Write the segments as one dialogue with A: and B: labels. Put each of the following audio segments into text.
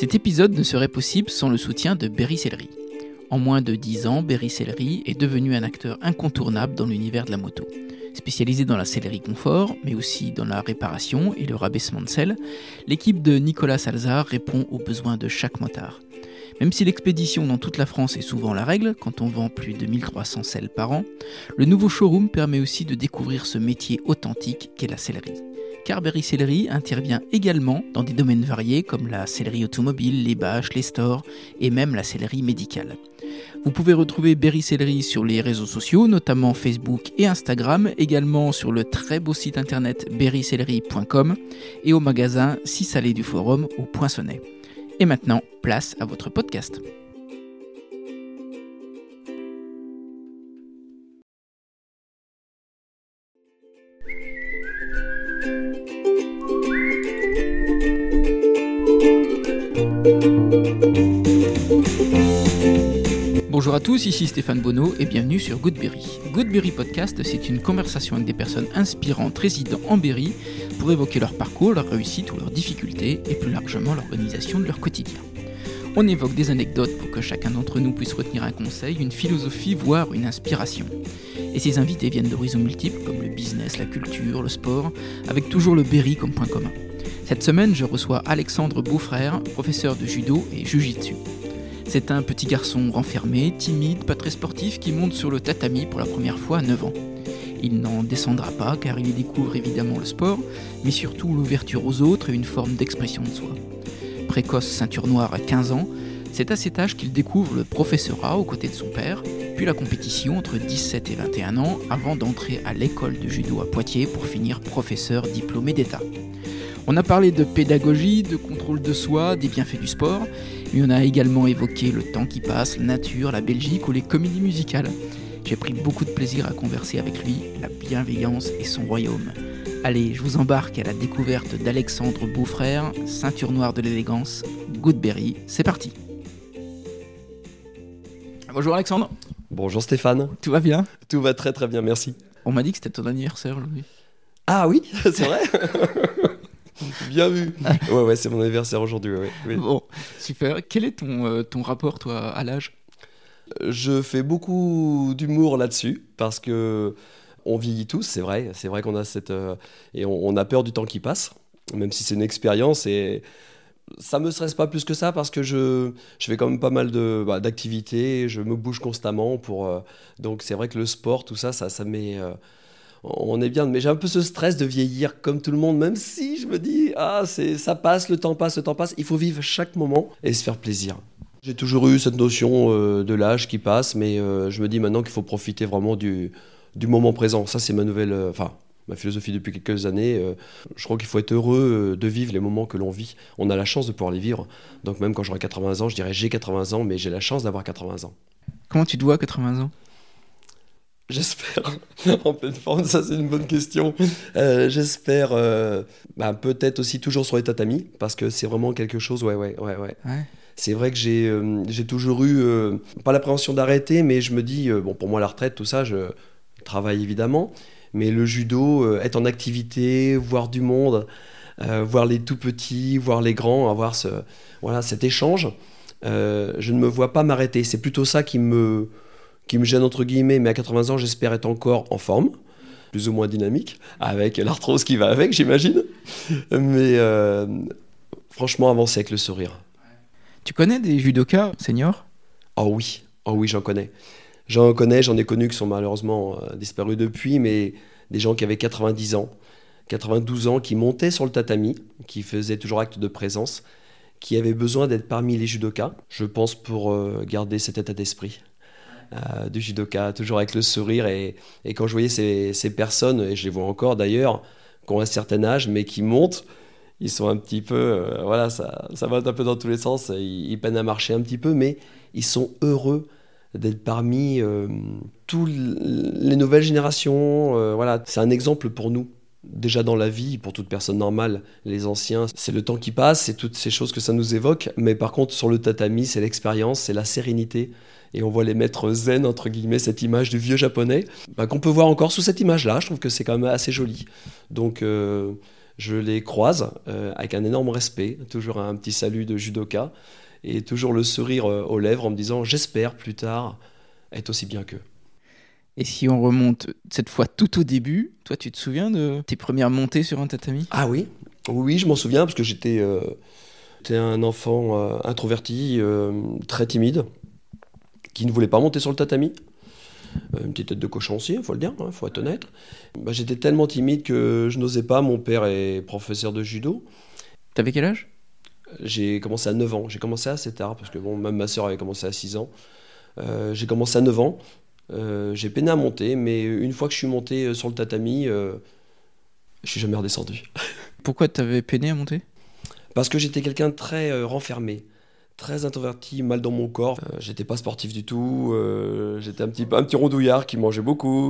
A: Cet épisode ne serait possible sans le soutien de Berry Sellerie. En moins de 10 ans, Berry Sellerie est devenu un acteur incontournable dans l'univers de la moto. Spécialisé dans la sellerie confort, mais aussi dans la réparation et le rabaissement de selle, l'équipe de Nicolas Salzar répond aux besoins de chaque motard. Même si l'expédition dans toute la France est souvent la règle, quand on vend plus de 1300 selles par an, le nouveau showroom permet aussi de découvrir ce métier authentique qu'est la sellerie. Car Berry Sellerie intervient également dans des domaines variés comme la sellerie automobile, les bâches, les stores et même la sellerie médicale. Vous pouvez retrouver Berry Sellerie sur les réseaux sociaux, notamment Facebook et Instagram, également sur le très beau site internet berrysellerie.com et au magasin 6 allées du Forum au Poinçonnet. Et maintenant, place à votre podcast. Bonjour à tous, ici Stéphane Bonneau et bienvenue sur Goodberry. Goodberry Podcast, c'est une conversation avec des personnes inspirantes résidant en Berry pour évoquer leur parcours, leur réussite ou leurs difficultés et plus largement l'organisation de leur quotidien. On évoque des anecdotes pour que chacun d'entre nous puisse retenir un conseil, une philosophie, voire une inspiration. Et ces invités viennent d'horizons multiples comme le business, la culture, le sport, avec toujours le Berry comme point commun. Cette semaine, je reçois Alexandre Beaufrère, professeur de judo et jujitsu. C'est un petit garçon renfermé, timide, pas très sportif qui monte sur le tatami pour la première fois à 9 ans. Il n'en descendra pas car il y découvre évidemment le sport, mais surtout l'ouverture aux autres et une forme d'expression de soi. Précoce ceinture noire à 15 ans, c'est à cet âge qu'il découvre le professorat aux côtés de son père, puis la compétition entre 17 et 21 ans avant d'entrer à l'école de judo à Poitiers pour finir professeur diplômé d'État. On a parlé de pédagogie, de contrôle de soi, des bienfaits du sport, mais on a également évoqué le temps qui passe, la nature, la Belgique ou les comédies musicales. J'ai pris beaucoup de plaisir à converser avec lui, la bienveillance et son royaume. Allez, je vous embarque à la découverte d'Alexandre Beaufrère, ceinture noire de l'élégance, Goodberry, c'est parti. Bonjour Alexandre.
B: Bonjour Stéphane.
A: Tout va bien ?
B: Tout va très très bien, merci.
A: On m'a dit que c'était ton anniversaire aujourd'hui.
B: Ah oui, c'est vrai. Bien vu. Ouais, c'est mon anniversaire aujourd'hui. Ouais. Oui.
A: Bon, super. Quel est ton rapport, toi, à l'âge ?
B: Je fais beaucoup d'humour là-dessus parce que on vieillit tous, c'est vrai. C'est vrai qu'on a et on a peur du temps qui passe, même si c'est une expérience et ça me stresse pas plus que ça parce que je fais quand même pas mal d'activités, je me bouge constamment donc c'est vrai que le sport, tout ça met on est bien, mais j'ai un peu ce stress de vieillir comme tout le monde, même si je me dis, ça passe, le temps passe, il faut vivre chaque moment et se faire plaisir. J'ai toujours eu cette notion de l'âge qui passe, mais je me dis maintenant qu'il faut profiter vraiment du moment présent. Ça, c'est ma philosophie depuis quelques années. Je crois qu'il faut être heureux de vivre les moments que l'on vit. On a la chance de pouvoir les vivre. Donc même quand j'aurai 80 ans, je dirais j'ai 80 ans, mais j'ai la chance d'avoir 80 ans.
A: Comment tu te vois à 80 ans ?
B: J'espère, en pleine forme, ça c'est une bonne question. J'espère peut-être aussi toujours sur les tatamis, parce que c'est vraiment quelque chose, ouais. C'est vrai que j'ai toujours eu, pas l'appréhension d'arrêter, mais je me dis, pour moi la retraite, tout ça, je travaille évidemment, mais le judo, être en activité, voir du monde, voir les tout petits, voir les grands, avoir cet échange, je ne me vois pas m'arrêter. C'est plutôt ça qui me gêne entre guillemets, mais à 80 ans, j'espère être encore en forme, plus ou moins dynamique, avec l'arthrose qui va avec, j'imagine. Mais franchement, avancer avec le sourire.
A: Tu connais des judokas seniors ?
B: Oh oui, j'en connais. J'en ai connu qui sont malheureusement disparus depuis, mais des gens qui avaient 90 ans, 92 ans, qui montaient sur le tatami, qui faisaient toujours acte de présence, qui avaient besoin d'être parmi les judokas, je pense, pour garder cet état d'esprit. Du judoka, toujours avec le sourire et quand je voyais ces personnes, et je les vois encore d'ailleurs, qui ont un certain âge mais qui montent, ils sont un petit peu, ça va un peu dans tous les sens, ils peinent à marcher un petit peu, mais ils sont heureux d'être parmi toutes les nouvelles générations, c'est un exemple pour nous. Déjà dans la vie, pour toute personne normale, les anciens, c'est le temps qui passe, c'est toutes ces choses que ça nous évoque, mais par contre sur le tatami, c'est l'expérience, c'est la sérénité. Et on voit les maîtres zen, entre guillemets, cette image du vieux japonais, qu'on peut voir encore sous cette image-là. Je trouve que c'est quand même assez joli. Donc Je les croise avec un énorme respect, toujours un petit salut de judoka, et toujours le sourire aux lèvres en me disant « j'espère plus tard être aussi bien qu'eux ».
A: Et si on remonte cette fois tout au début, toi tu te souviens de tes premières montées sur un tatami?
B: Ah oui, oui, je m'en souviens parce que j'étais un enfant introverti, très timide, qui ne voulait pas monter sur le tatami. Une petite tête de cochon aussi, il faut le dire, il faut être honnête. J'étais tellement timide que je n'osais pas. Mon père est professeur de judo.
A: T'avais quel âge?
B: J'ai commencé à 9 ans. J'ai commencé assez tard, parce que bon, même ma sœur avait commencé à 6 ans. J'ai commencé à 9 ans. J'ai peiné à monter, mais une fois que je suis monté sur le tatami, je suis jamais redescendu.
A: Pourquoi t'avais peiné à monter?
B: Parce que j'étais quelqu'un de très renfermé, très introverti, mal dans mon corps. J'étais pas sportif du tout. J'étais un petit rondouillard qui mangeait beaucoup,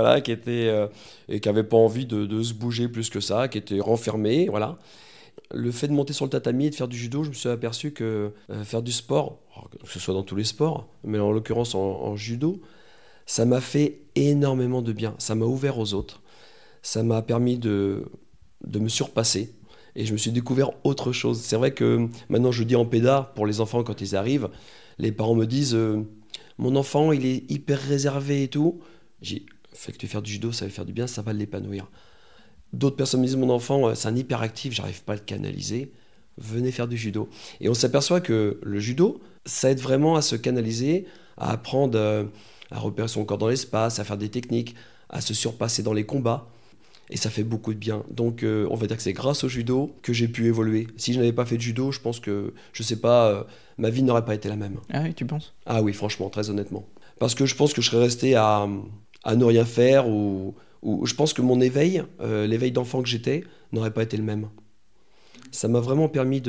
B: et qui avait pas envie de se bouger plus que ça, qui était renfermé, voilà. Le fait de monter sur le tatami et de faire du judo, je me suis aperçu que faire du sport, que ce soit dans tous les sports, mais en l'occurrence en judo, ça m'a fait énormément de bien. Ça m'a ouvert aux autres. Ça m'a permis de me surpasser. Et je me suis découvert autre chose. C'est vrai que maintenant je dis en péda, pour les enfants quand ils arrivent, les parents me disent mon enfant il est hyper réservé et tout. J'ai fais-le faire du judo, ça va faire du bien, ça va l'épanouir. D'autres personnes me disent mon enfant c'est un hyperactif, j'arrive pas à le canaliser. Venez faire du judo. Et on s'aperçoit que le judo, ça aide vraiment à se canaliser, à apprendre à repérer son corps dans l'espace, à faire des techniques, à se surpasser dans les combats. Et ça fait beaucoup de bien. Donc on va dire que c'est grâce au judo que j'ai pu évoluer. Si je n'avais pas fait de judo, je pense que, je sais pas, ma vie n'aurait pas été la même.
A: Ah oui, tu penses?
B: Ah oui, franchement, très honnêtement. Parce que je pense que je serais resté à ne rien faire ou je pense que mon éveil, l'éveil d'enfant que j'étais, n'aurait pas été le même. Ça m'a vraiment permis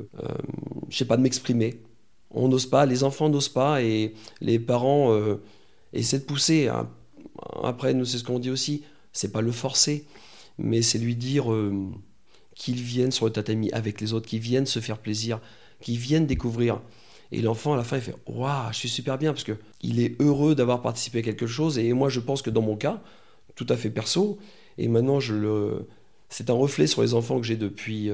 B: je sais pas, de m'exprimer. On n'ose pas, les enfants n'osent pas et les parents essaient de pousser. Hein. Après, nous, c'est ce qu'on dit aussi. C'est pas le forcer, mais c'est lui dire qu'ils viennent sur le tatami avec les autres, qu'ils viennent se faire plaisir, qu'ils viennent découvrir. Et l'enfant, à la fin, il fait « Waouh, je suis super bien » parce qu'il est heureux d'avoir participé à quelque chose. Et moi, je pense que dans mon cas, tout à fait perso, et maintenant, c'est un reflet sur les enfants que j'ai depuis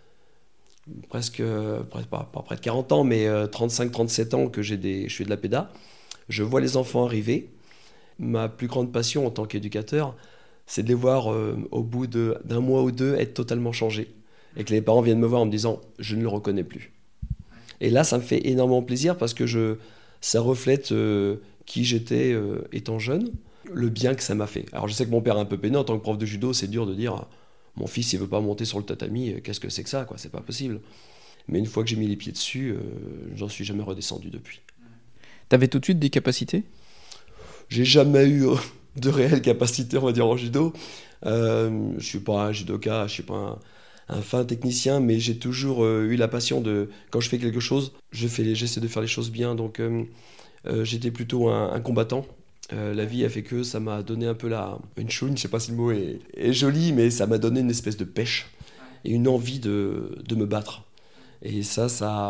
B: presque, pas près de 40 ans, mais 35-37 ans que je fais de la péda. Je vois les enfants arriver. Ma plus grande passion en tant qu'éducateur, c'est de les voir au bout d'un mois ou deux être totalement changés. Et que les parents viennent me voir en me disant « je ne le reconnais plus ». Et là, ça me fait énormément plaisir parce que ça reflète qui j'étais étant jeune, le bien que ça m'a fait. Alors je sais que mon père est un peu peiné en tant que prof de judo, c'est dur de dire « mon fils, il veut pas monter sur le tatami, qu'est-ce que c'est que ça, quoi, c'est pas possible ». Mais une fois que j'ai mis les pieds dessus, j'en suis jamais redescendu depuis.
A: T'avais tout de suite des capacités?
B: J'ai jamais eu de réelle capacité, on va dire, en judo. Je suis pas un judoka, je suis pas un fin technicien, mais j'ai toujours eu la passion de, quand je fais quelque chose, j'essaie de faire les choses bien. Donc j'étais plutôt un combattant. La vie a fait que ça m'a donné un peu une chouine, je sais pas si le mot est joli, mais ça m'a donné une espèce de pêche et une envie de me battre. Et ça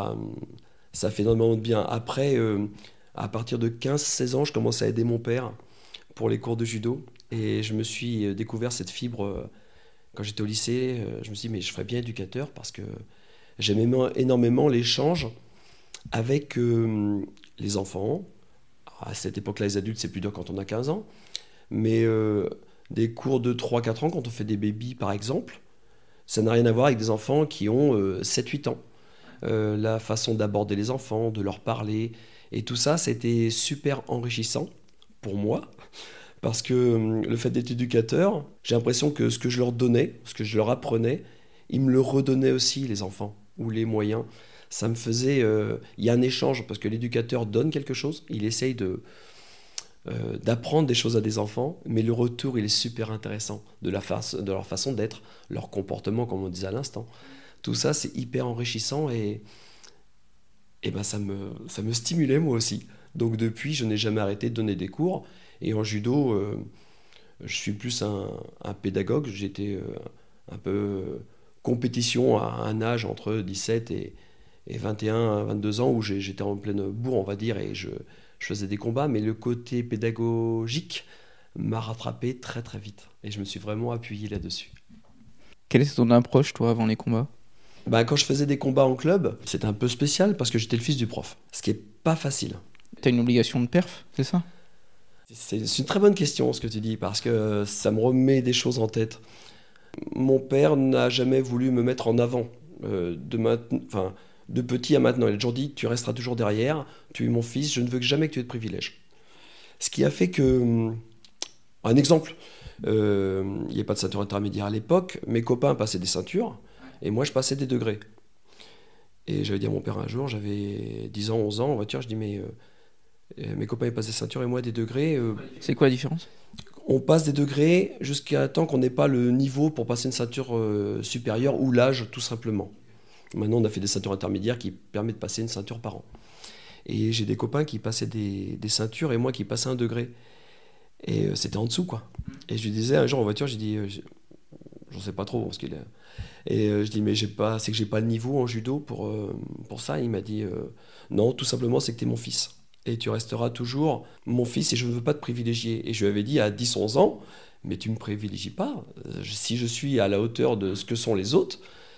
B: fait énormément de bien. Après, à partir de 15-16 ans, je commençais à aider mon père pour les cours de judo. Et je me suis découvert cette fibre quand j'étais au lycée. Je me suis dit, mais je ferais bien éducateur parce que j'aimais énormément l'échange avec les enfants. À cette époque-là, les adultes, c'est plus dur quand on a 15 ans. Mais des cours de 3-4 ans, quand on fait des bébés, par exemple, ça n'a rien à voir avec des enfants qui ont 7-8 ans. La façon d'aborder les enfants, de leur parler, et tout ça, c'était super enrichissant pour moi, parce que le fait d'être éducateur, j'ai l'impression que ce que je leur donnais, ce que je leur apprenais, ils me le redonnaient aussi, les enfants, ou les moyens. Ça me faisait... Il y a un échange, parce que l'éducateur donne quelque chose, il essaye d'apprendre des choses à des enfants, mais le retour, il est super intéressant, de leur façon d'être, leur comportement, comme on disait à l'instant. Tout ça, c'est hyper enrichissant et ben ça me stimulait moi aussi. Donc depuis, je n'ai jamais arrêté de donner des cours. Et en judo, je suis plus un pédagogue. J'étais un peu compétition à un âge entre 17 et 21, 22 ans où j'étais en pleine bourre, on va dire, et je faisais des combats. Mais le côté pédagogique m'a rattrapé très très vite. Et je me suis vraiment appuyé là-dessus.
A: Quelle est ton approche, toi, avant les combats?
B: Quand je faisais des combats en club, c'était un peu spécial parce que j'étais le fils du prof, ce qui est pas facile.
A: T'as une obligation de perf, c'est ça?
B: C'est une très bonne question ce que tu dis, parce que ça me remet des choses en tête. Mon père n'a jamais voulu me mettre en avant, de petit à maintenant. Il a toujours dit, tu resteras toujours derrière, tu es mon fils, je ne veux jamais que tu aies de privilèges. Ce qui a fait que... Un exemple, il n'y avait pas de ceinture intermédiaire à l'époque, mes copains passaient des ceintures, et moi je passais des degrés. Et j'avais dit à mon père un jour, j'avais 10 ans, 11 ans, en voiture, je dis, mais mes copains ils passent des ceintures et moi des degrés.
A: C'est quoi la différence?
B: On passe des degrés jusqu'à temps qu'on n'ait pas le niveau pour passer une ceinture supérieure ou l'âge, tout simplement. Maintenant, on a fait des ceintures intermédiaires qui permettent de passer une ceinture par an. Et j'ai des copains qui passaient des ceintures et moi qui passais un degré. Et c'était en dessous, quoi. Et je lui disais un jour en voiture, j'ai dit, j'en sais pas trop ce qu'il est. Et je dis, mais c'est que j'ai pas le niveau en judo pour ça. Et il m'a dit, non, tout simplement, c'est que t'es mon fils. Et tu resteras toujours mon fils et je ne veux pas te privilégier. Et je lui avais dit à 10-11 ans, mais tu ne me privilégies pas. Si je suis à la hauteur de ce que sont les autres,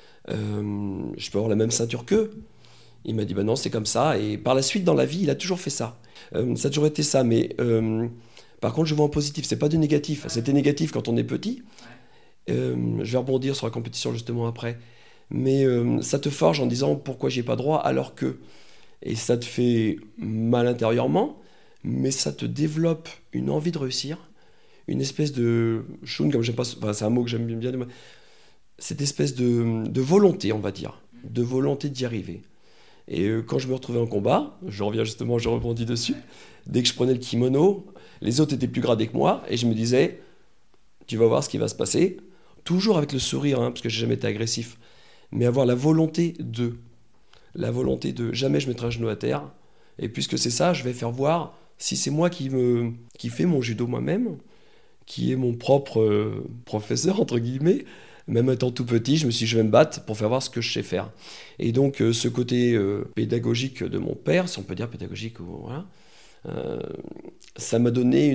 B: je peux avoir la même ceinture qu'eux. Il m'a dit, non, c'est comme ça. Et par la suite, dans la vie, il a toujours fait ça. Ça a toujours été ça. Mais par contre, je vois en positif. C'est pas du négatif. C'était négatif quand on est petit. Je vais rebondir sur la compétition justement après. Mais ça te forge en disant pourquoi j'y ai pas droit alors que... Et ça te fait mal intérieurement, mais ça te développe une envie de réussir, une espèce de shun, comme j'aime pas, c'est un mot que j'aime bien, cette espèce de volonté, on va dire, de volonté d'y arriver. Et quand je me retrouvais en combat, je rebondis dessus, dès que je prenais le kimono, les autres étaient plus gradés que moi, et je me disais, tu vas voir ce qui va se passer, toujours avec le sourire, parce que j'ai jamais été agressif, mais avoir la volonté de jamais je mettrai un genou à terre. Et puisque c'est ça, je vais faire voir si c'est moi qui fais mon judo moi-même, qui est mon propre professeur, entre guillemets. Même étant tout petit, je me suis dit, je vais me battre pour faire voir ce que je sais faire. Et donc, ce côté pédagogique de mon père, si on peut dire pédagogique, voilà, ça m'a donné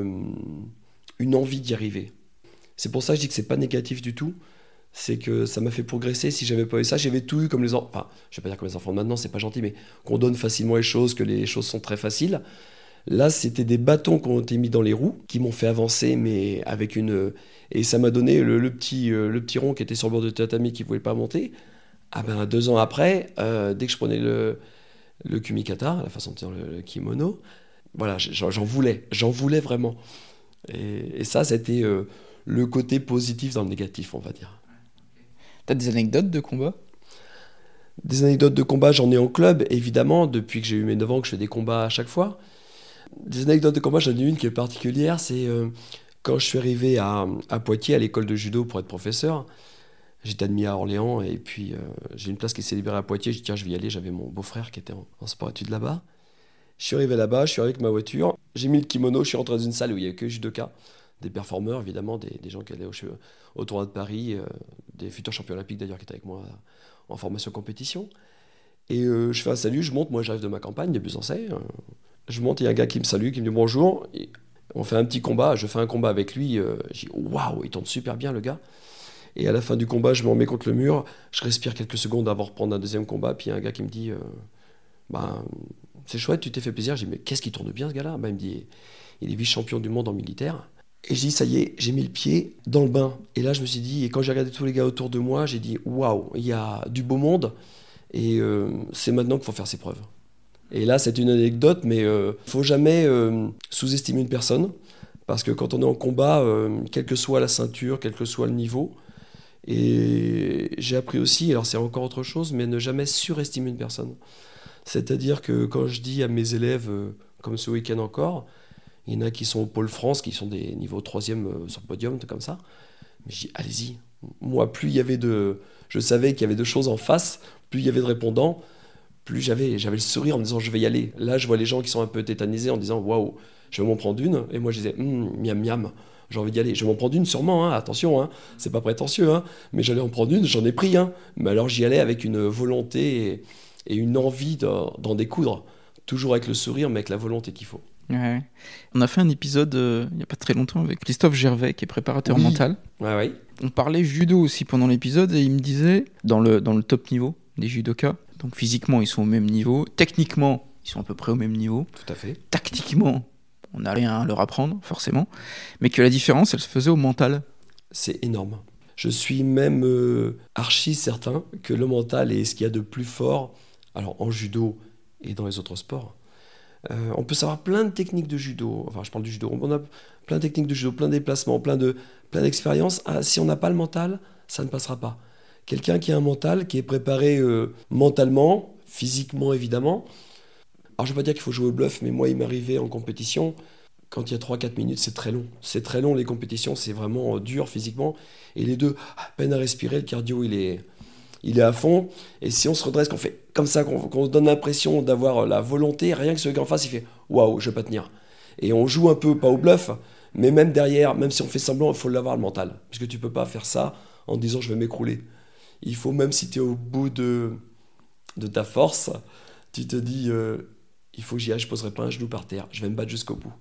B: une envie d'y arriver. C'est pour ça que je dis que c'est pas négatif du tout. C'est que ça m'a fait progresser. Si j'avais pas eu ça, j'avais tout eu comme les enfants. Enfin, je vais pas dire comme les enfants de maintenant, c'est pas gentil, mais qu'on donne facilement les choses, que les choses sont très faciles. Là, c'était des bâtons qui ont été mis dans les roues, qui m'ont fait avancer, mais avec une... Et ça m'a donné le petit rond qui était sur le bord de tatami qui voulait pas monter. 2 ans après, dès que je prenais le kumikata, la façon de dire le kimono, voilà, j'en voulais vraiment. Et ça a été le côté positif dans le négatif, on va dire.
A: T'as des anecdotes de combat?
B: Des anecdotes de combat, j'en ai en club, évidemment, depuis que j'ai eu mes 9 ans que je fais des combats à chaque fois. Des anecdotes de combat, j'en ai une qui est particulière, c'est quand je suis arrivé à Poitiers, à l'école de judo pour être professeur. J'étais admis à Orléans, et puis j'ai une place qui s'est libérée à Poitiers, j'ai dit tiens, je vais y aller, j'avais mon beau-frère qui était en sport-études là-bas. Je suis arrivé là-bas, je suis arrivé avec ma voiture, j'ai mis le kimono, je suis rentré dans une salle où il n'y avait que judoka. Des performeurs, évidemment, des gens qui allaient au tournoi de Paris, des futurs champions olympiques d'ailleurs qui étaient avec moi en formation compétition. Et je fais un salut, je monte, moi j'arrive de ma campagne, de Busancais. Je monte, il y a un gars qui me salue, qui me dit bonjour. Et on fait un petit combat, je fais un combat avec lui. Je dis waouh, il tourne super bien le gars. Et à la fin du combat, je m'en mets contre le mur, je respire quelques secondes avant de reprendre un deuxième combat. Puis il y a un gars qui me dit c'est chouette, tu t'es fait plaisir. Je dis mais qu'est-ce qui tourne bien ce gars-là? Il me dit il est vice-champion du monde en militaire. Et je dis, ça y est, j'ai mis le pied dans le bain. Et là, je me suis dit, et quand j'ai regardé tous les gars autour de moi, j'ai dit, waouh, il y a du beau monde. Et c'est maintenant qu'il faut faire ses preuves. Et là, c'est une anecdote, mais faut jamais sous-estimer une personne. Parce que quand on est en combat, quelle que soit la ceinture, quel que soit le niveau, et j'ai appris aussi, alors c'est encore autre chose, mais ne jamais surestimer une personne. C'est-à-dire que quand je dis à mes élèves, comme ce week-end encore, il y en a qui sont au Pôle France, qui sont des niveaux 3e sur le podium, comme ça. Mais je dis, allez-y. Moi, plus il y avait je savais qu'il y avait de choses en face, plus il y avait de répondants, plus j'avais le sourire en me disant, je vais y aller. Là, je vois les gens qui sont un peu tétanisés en disant, waouh, je vais m'en prendre une. Et moi, je disais, miam, miam, j'ai envie d'y aller. Je vais m'en prendre une sûrement, attention, c'est pas prétentieux, mais j'allais en prendre une, j'en ai pris. Mais alors, j'y allais avec une volonté et une envie d'en découdre. Toujours avec le sourire, mais avec la volonté qu'il faut.
A: Ouais. On a fait un épisode il n'y a pas très longtemps avec Christophe Gervais qui est préparateur mental.
B: Ouais.
A: On parlait judo aussi pendant l'épisode et il me disait, dans le top niveau des judokas, donc physiquement ils sont au même niveau, techniquement ils sont à peu près au même niveau,
B: Tout à fait.
A: tactiquement on n'a rien à leur apprendre forcément, mais que la différence elle se faisait au mental.
B: C'est énorme. Je suis même archi certain que le mental est ce qu'il y a de plus fort, alors en judo et dans les autres sports. On peut savoir plein de techniques de judo, enfin je parle du judo, on a plein de techniques de judo, plein de déplacements, plein d'expériences. Ah, si on n'a pas le mental, ça ne passera pas. Quelqu'un qui a un mental, qui est préparé mentalement, physiquement évidemment. Alors je ne vais pas dire qu'il faut jouer au bluff, mais moi il m'arrivait en compétition, quand il y a 3-4 minutes, c'est très long. C'est très long les compétitions, c'est vraiment dur physiquement. Et les deux, peine à respirer, le cardio il est à fond. Et si on se redresse, qu'on fait comme ça, qu'on se donne l'impression d'avoir la volonté, rien que ce gars en face, il fait « Waouh, je vais pas tenir ». Et on joue un peu, pas au bluff, mais même derrière, même si on fait semblant, il faut l'avoir le mental. Parce que tu peux pas faire ça en disant « je vais m'écrouler ». Il faut, même si tu es au bout de ta force, tu te dis il faut que j'y aille, je poserai pas un genou par terre, je vais me battre jusqu'au bout.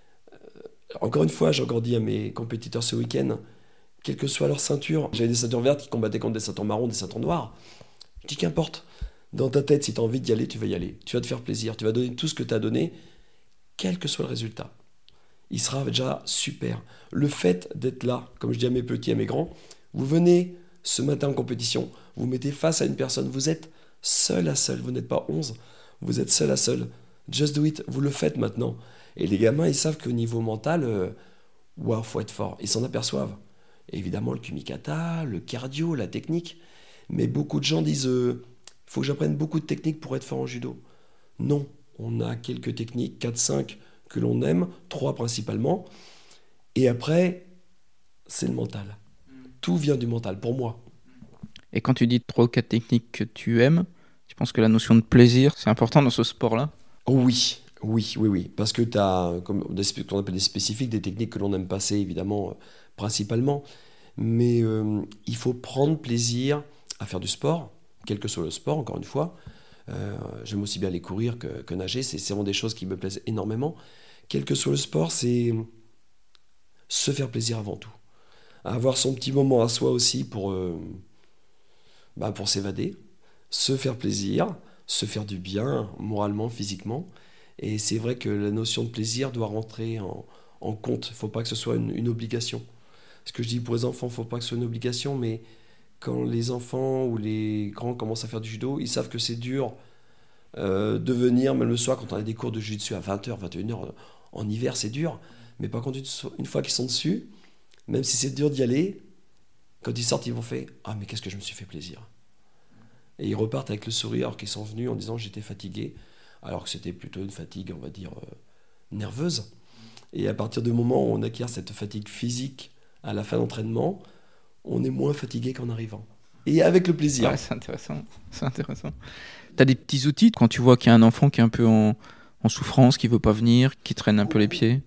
B: Encore une fois, j'ai encore dit à mes compétiteurs ce week-end, quelle que soit leur ceinture, j'avais des ceintures vertes qui combattaient contre des ceintures marrons, des ceintures noires. Je dis qu'importe. Dans ta tête, si tu as envie d'y aller, tu vas y aller. Tu vas te faire plaisir, tu vas donner tout ce que tu as donné, quel que soit le résultat. Il sera déjà super. Le fait d'être là, comme je dis à mes petits, à mes grands, vous venez ce matin en compétition, vous mettez face à une personne, vous êtes seul à seul, vous n'êtes pas 11, vous êtes seul à seul. Just do it, vous le faites maintenant. Et les gamins, ils savent qu'au niveau mental, waouh, faut être fort. Ils s'en aperçoivent. Et évidemment, le kumikata, le cardio, la technique. Mais beaucoup de gens disent faut que j'apprenne beaucoup de techniques pour être fort en judo. Non, on a quelques techniques, 4-5 que l'on aime, 3 principalement. Et après, c'est le mental. Tout vient du mental, pour moi.
A: Et quand tu dis 3 ou 4 techniques que tu aimes, je pense que la notion de plaisir, c'est important dans ce sport-là.
B: Oh oui. Oui. Parce que tu as, comme qu'on appelle des spécifiques, des techniques que l'on aime passer, évidemment, principalement. Mais il faut prendre plaisir à faire du sport, quel que soit le sport, encore une fois. J'aime aussi bien aller courir que nager. C'est vraiment des choses qui me plaisent énormément. Quel que soit le sport, c'est se faire plaisir avant tout. Avoir son petit moment à soi aussi pour s'évader, se faire plaisir, se faire du bien, moralement, physiquement. Et c'est vrai que la notion de plaisir doit rentrer en compte. Il ne faut pas que ce soit une obligation. Ce que je dis pour les enfants, il ne faut pas que ce soit une obligation, mais quand les enfants ou les grands commencent à faire du judo, ils savent que c'est dur de venir, même le soir, quand on a des cours de jiu-jitsu à 20h, 21h, en hiver, c'est dur. Mais par contre, une fois qu'ils sont dessus, même si c'est dur d'y aller, quand ils sortent, ils vont faire « Ah, mais qu'est-ce que je me suis fait plaisir !» Et ils repartent avec le sourire alors qu'ils sont venus en disant « J'étais fatigué », alors que c'était plutôt une fatigue, on va dire, nerveuse. Et à partir du moment où on acquiert cette fatigue physique à la fin d'entraînement, on est moins fatigué qu'en arrivant. Et avec le plaisir.
A: Ouais, c'est intéressant. Tu as des petits outils quand tu vois qu'il y a un enfant qui est un peu en souffrance, qui ne veut pas venir, qui traîne un peu les pieds?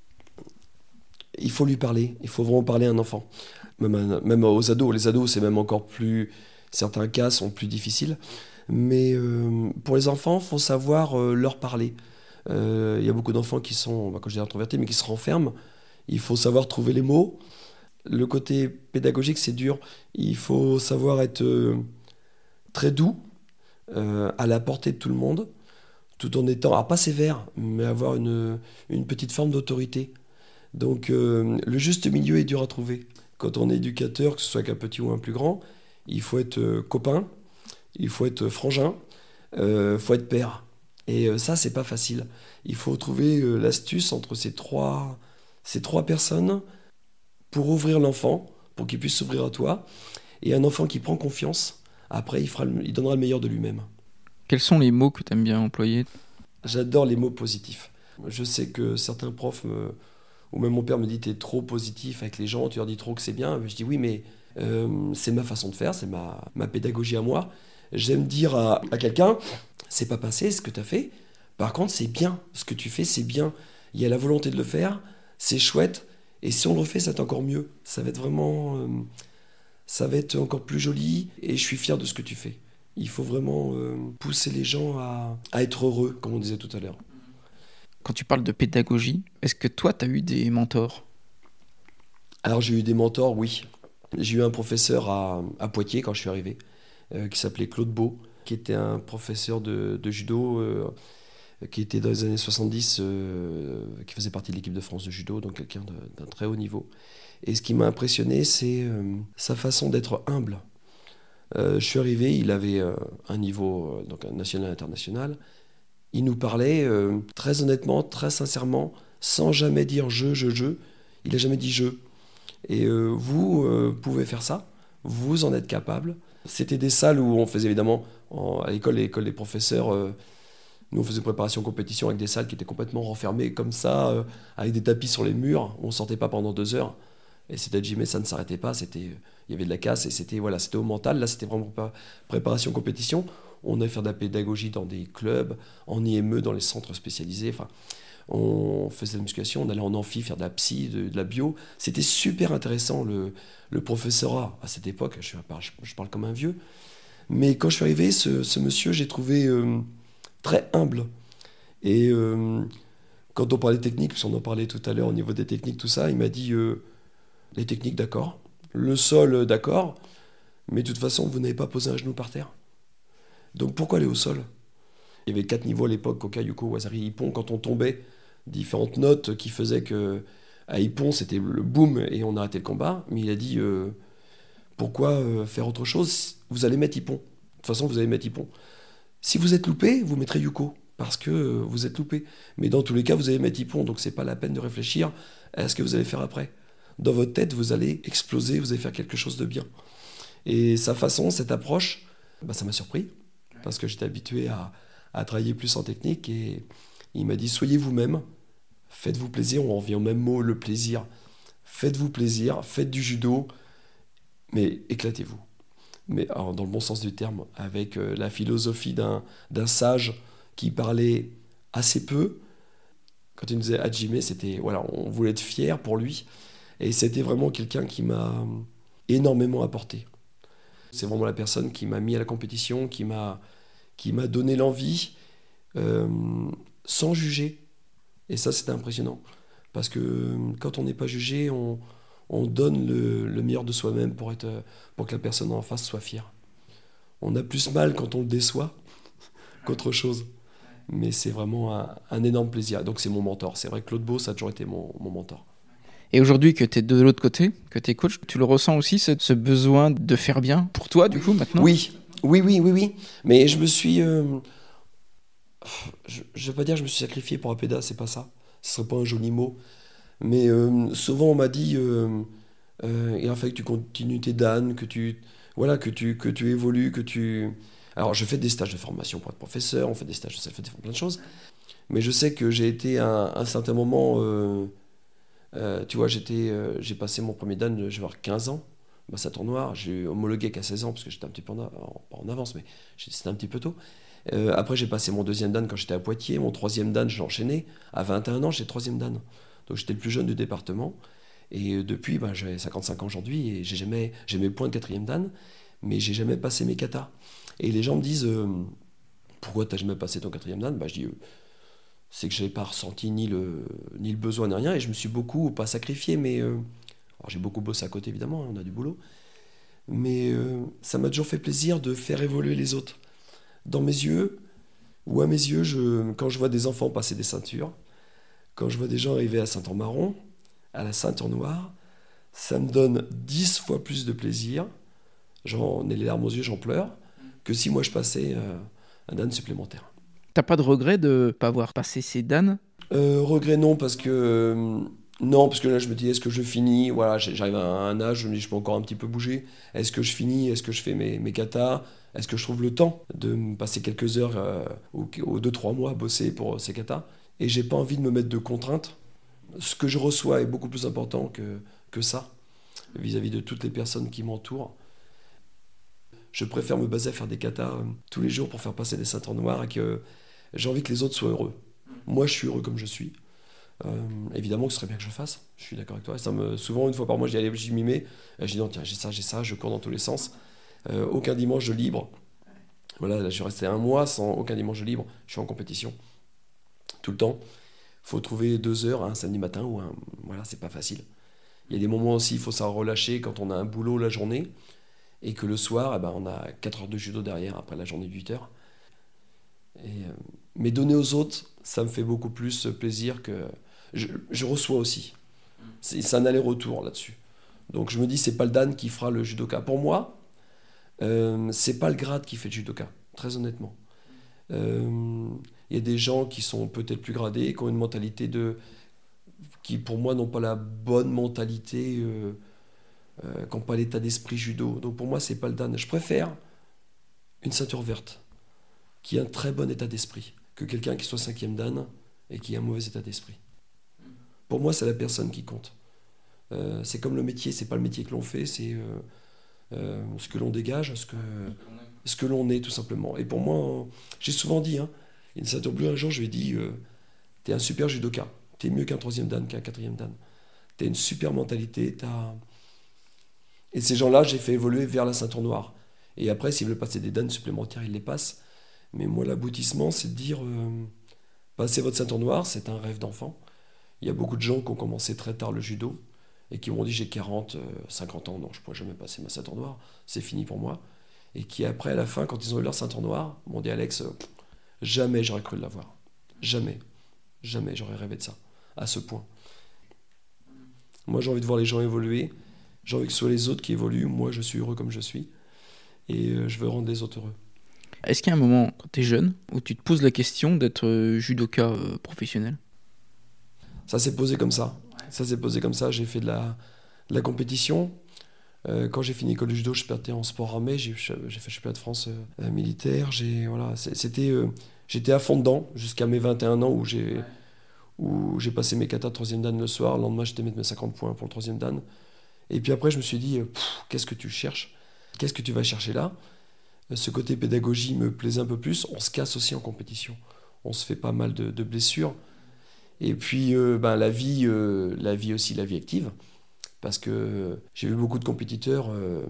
B: Il faut lui parler. Il faut vraiment parler à un enfant. Même aux ados. Les ados, c'est même encore plus... Certains cas sont plus difficiles. Mais pour les enfants, il faut savoir leur parler. Il y a beaucoup d'enfants qui sont, quand je dis introvertis, mais qui se renferment. Il faut savoir trouver les mots. Le côté pédagogique, c'est dur. Il faut savoir être très doux, à la portée de tout le monde, tout en étant, pas sévère, mais avoir une petite forme d'autorité. Donc le juste milieu est dur à trouver. Quand on est éducateur, que ce soit qu'un petit ou un plus grand, il faut être copain, il faut être frangin, il faut être père. Et ça, c'est pas facile. Il faut trouver l'astuce entre ces trois personnes pour ouvrir l'enfant, pour qu'il puisse s'ouvrir à toi. Et un enfant qui prend confiance, après, il donnera le meilleur de lui-même.
A: Quels sont les mots que tu aimes bien employer?
B: J'adore les mots positifs. Je sais que certains profs, ou même mon père me dit « t'es trop positif avec les gens, tu leur dis trop que c'est bien ». Je dis « oui, mais c'est ma façon de faire, c'est ma pédagogie à moi ». J'aime dire à quelqu'un « c'est pas passé ce que tu as fait, par contre c'est bien, ce que tu fais c'est bien, il y a la volonté de le faire, c'est chouette, et si on le refait, c'est encore mieux, ça va être vraiment... ça va être encore plus joli, et je suis fier de ce que tu fais ». Il faut vraiment pousser les gens à être heureux, comme on disait tout à l'heure.
A: Quand tu parles de pédagogie, est-ce que toi, tu as eu des mentors?
B: Alors j'ai eu des mentors, oui. J'ai eu un professeur à Poitiers quand je suis arrivé, qui s'appelait Claude Beau, qui était un professeur de judo, qui était dans les années 70, qui faisait partie de l'équipe de France de judo, donc quelqu'un d'un très haut niveau. Et ce qui m'a impressionné, c'est sa façon d'être humble. Je suis arrivé, il avait un niveau donc national et international. Il nous parlait très honnêtement, très sincèrement, sans jamais dire je. Il n'a jamais dit je. Et vous pouvez faire ça, vous en êtes capable. C'était des salles où on faisait évidemment, à l'école des professeurs, nous on faisait préparation compétition avec des salles qui étaient complètement renfermées comme ça, avec des tapis sur les murs, on ne sortait pas pendant 2 heures. Et c'était gym, ça ne s'arrêtait pas, il y avait de la casse et c'était au mental. Là, c'était vraiment préparation compétition. On allait faire de la pédagogie dans des clubs, en IME, dans les centres spécialisés. Enfin, on faisait de la musculation, on allait en amphi faire de la psy, de la bio. C'était super intéressant, le professorat à cette époque. Je parle comme un vieux. Mais quand je suis arrivé, ce monsieur, j'ai trouvé très humble. Et quand on parlait technique, parce qu'on en parlait tout à l'heure au niveau des techniques, tout ça, il m'a dit... les techniques, d'accord. Le sol, d'accord. Mais de toute façon, vous n'avez pas posé un genou par terre. Donc pourquoi aller au sol ? Il y avait 4 niveaux à l'époque, Koka, Yuko, Wazari, Ippon. Quand on tombait, différentes notes qui faisaient que à Ippon, c'était le boom et on arrêtait le combat. Mais il a dit, pourquoi faire autre chose ? Vous allez mettre Ippon. De toute façon, vous allez mettre Ippon. Si vous êtes loupé, vous mettrez Yuko. Parce que vous êtes loupé. Mais dans tous les cas, vous allez mettre Ippon. Donc c'est pas la peine de réfléchir à ce que vous allez faire après. Dans votre tête, vous allez exploser, vous allez faire quelque chose de bien. Et sa façon, cette approche, ça m'a surpris, parce que j'étais habitué à travailler plus en technique, et il m'a dit, soyez vous-même, faites-vous plaisir, on revient au même mot, le plaisir. Faites-vous plaisir, faites du judo, mais éclatez-vous. Mais alors, dans le bon sens du terme, avec la philosophie d'un sage qui parlait assez peu. Quand il nous disait Hajime, c'était, voilà, on voulait être fier pour lui. Et c'était vraiment quelqu'un qui m'a énormément apporté. C'est vraiment la personne qui m'a mis à la compétition, qui m'a donné l'envie, sans juger. Et ça, c'était impressionnant. Parce que quand on n'est pas jugé, on donne le meilleur de soi-même pour que la personne en face soit fière. On a plus mal quand on le déçoit qu'autre chose. Mais c'est vraiment un énorme plaisir. Donc c'est mon mentor. C'est vrai que Claude Beau, ça a toujours été mon mentor.
A: Et aujourd'hui que tu es de l'autre côté, que tu es coach, tu le ressens aussi, ce besoin de faire bien pour toi, du coup, maintenant ?
B: Oui. Mais je me suis... je ne vais pas dire que je me suis sacrifié pour Apeda, c'est pas ça. Ce serait pas un joli mot. Mais souvent, on m'a dit il a fallu que tu continues tes Dan, que tu évolues, que tu... Alors, je fais des stages de formation pour être professeur, on fait des stages de self-défense, plein de choses. Mais je sais que j'ai été à un certain moment... tu vois, j'ai passé mon premier Dan, je vais avoir 15 ans, ceinture noire. J'ai homologué qu'à 16 ans, parce que j'étais un petit peu pas en avance, mais c'était un petit peu tôt. Après, j'ai passé mon deuxième Dan quand j'étais à Poitiers. Mon troisième Dan, je l'ai enchaîné. À 21 ans, j'étais troisième Dan. Donc, j'étais le plus jeune du département. Et depuis, j'ai 55 ans aujourd'hui, et j'ai mes points de quatrième Dan, mais j'ai jamais passé mes katas. Et les gens me disent, pourquoi tu n'as jamais passé ton quatrième Dan ? Je dis... c'est que je n'avais pas ressenti ni le besoin ni rien, et je me suis beaucoup, pas sacrifié, mais... alors j'ai beaucoup bossé à côté, évidemment, on a du boulot, mais ça m'a toujours fait plaisir de faire évoluer les autres. Dans mes yeux, ou à mes yeux, quand je vois des enfants passer des ceintures, quand je vois des gens arriver à ceinture marron, à la ceinture noire, ça me donne 10 fois plus de plaisir, j'en ai les larmes aux yeux, j'en pleure, que si moi je passais un Dan supplémentaire.
A: T'as pas de regret de pas avoir passé ces Dan ?
B: Regret non, parce que là je me dis, est-ce que je finis ? Voilà, j'arrive à un âge, je me dis, je peux encore un petit peu bouger. Est-ce que je finis ? Est-ce que je fais mes katas ? Est-ce que je trouve le temps de me passer quelques heures ou 2-3 mois à bosser pour ces katas ? Et j'ai pas envie de me mettre de contraintes. Ce que je reçois est beaucoup plus important que ça, vis-à-vis de toutes les personnes qui m'entourent. Je préfère me baser à faire des katas tous les jours pour faire passer des ceintures noires, et que j'ai envie que les autres soient heureux. Moi, je suis heureux comme je suis. Évidemment que ce serait bien que je le fasse. Je suis d'accord avec toi. Souvent, une fois par mois, je dis, allez, j'y m'y mets. Je dis, non, tiens, j'ai ça, je cours dans tous les sens. Aucun dimanche de libre. Voilà, là, je suis resté un mois sans aucun dimanche de libre. Je suis en compétition. Tout le temps. Il faut trouver 2 heures un samedi matin. Voilà, c'est pas facile. Il y a des moments aussi, il faut savoir relâcher quand on a un boulot la journée et que le soir, on a 4 heures de judo derrière après la journée de 8 heures. Mais donner aux autres, ça me fait beaucoup plus plaisir que... Je reçois aussi. C'est un aller-retour là-dessus. Donc je me dis, c'est pas le dan qui fera le judoka. Pour moi, c'est pas le grade qui fait le judoka, très honnêtement. Il y a des gens qui sont peut-être plus gradés, qui ont une mentalité qui pour moi n'ont pas la bonne mentalité, qui n'ont pas l'état d'esprit judo. Donc pour moi, c'est pas le dan. Je préfère une ceinture verte qui a un très bon état d'esprit que quelqu'un qui soit 5e dan et qui a un mauvais état d'esprit. Pour moi, c'est la personne qui compte. C'est comme le métier, c'est pas le métier que l'on fait, c'est ce que l'on dégage, ce que l'on est tout simplement. Et pour moi, j'ai souvent dit, une ceinture bleue un jour, je lui ai dit, t'es un super judoka, t'es mieux qu'un 3e dan, qu'un 4e dan. T'as une super mentalité, Et ces gens-là, j'ai fait évoluer vers la ceinture noire. Et après, s'ils veulent passer des dan supplémentaires, ils les passent. Mais moi, l'aboutissement, c'est de dire, passer votre ceinture noire, c'est un rêve d'enfant. Il y a beaucoup de gens qui ont commencé très tard le judo et qui m'ont dit j'ai 40, 50 ans, non, je ne pourrais jamais passer ma ceinture noire, c'est fini pour moi. Et qui après, à la fin, quand ils ont eu leur ceinture noire, m'ont dit Alex, jamais j'aurais cru l'avoir. Jamais. Jamais j'aurais rêvé de ça, à ce point. Moi, j'ai envie de voir les gens évoluer. J'ai envie que ce soit les autres qui évoluent. Moi, je suis heureux comme je suis. Et je veux rendre les autres heureux.
A: Est-ce qu'il y a un moment, quand tu es jeune, où tu te poses la question d'être judoka professionnel ?
B: Ça s'est posé comme ça. Ça s'est posé comme ça. J'ai fait de la compétition. Quand j'ai fini l'école de judo, je partais en sport armé. J'ai fait championnat de France militaire. J'étais à fond dedans jusqu'à mes 21 ans où j'ai passé mes katas 3e dan le soir. Le lendemain, j'étais mettre mes 50 points pour le 3e dan. Et puis après, je me suis dit, qu'est-ce que tu cherches ? Qu'est-ce que tu vas chercher là ? Ce côté pédagogie me plaisait un peu plus. On se casse aussi en compétition. On se fait pas mal de blessures. Et puis la vie aussi, la vie active. Parce que j'ai vu beaucoup de compétiteurs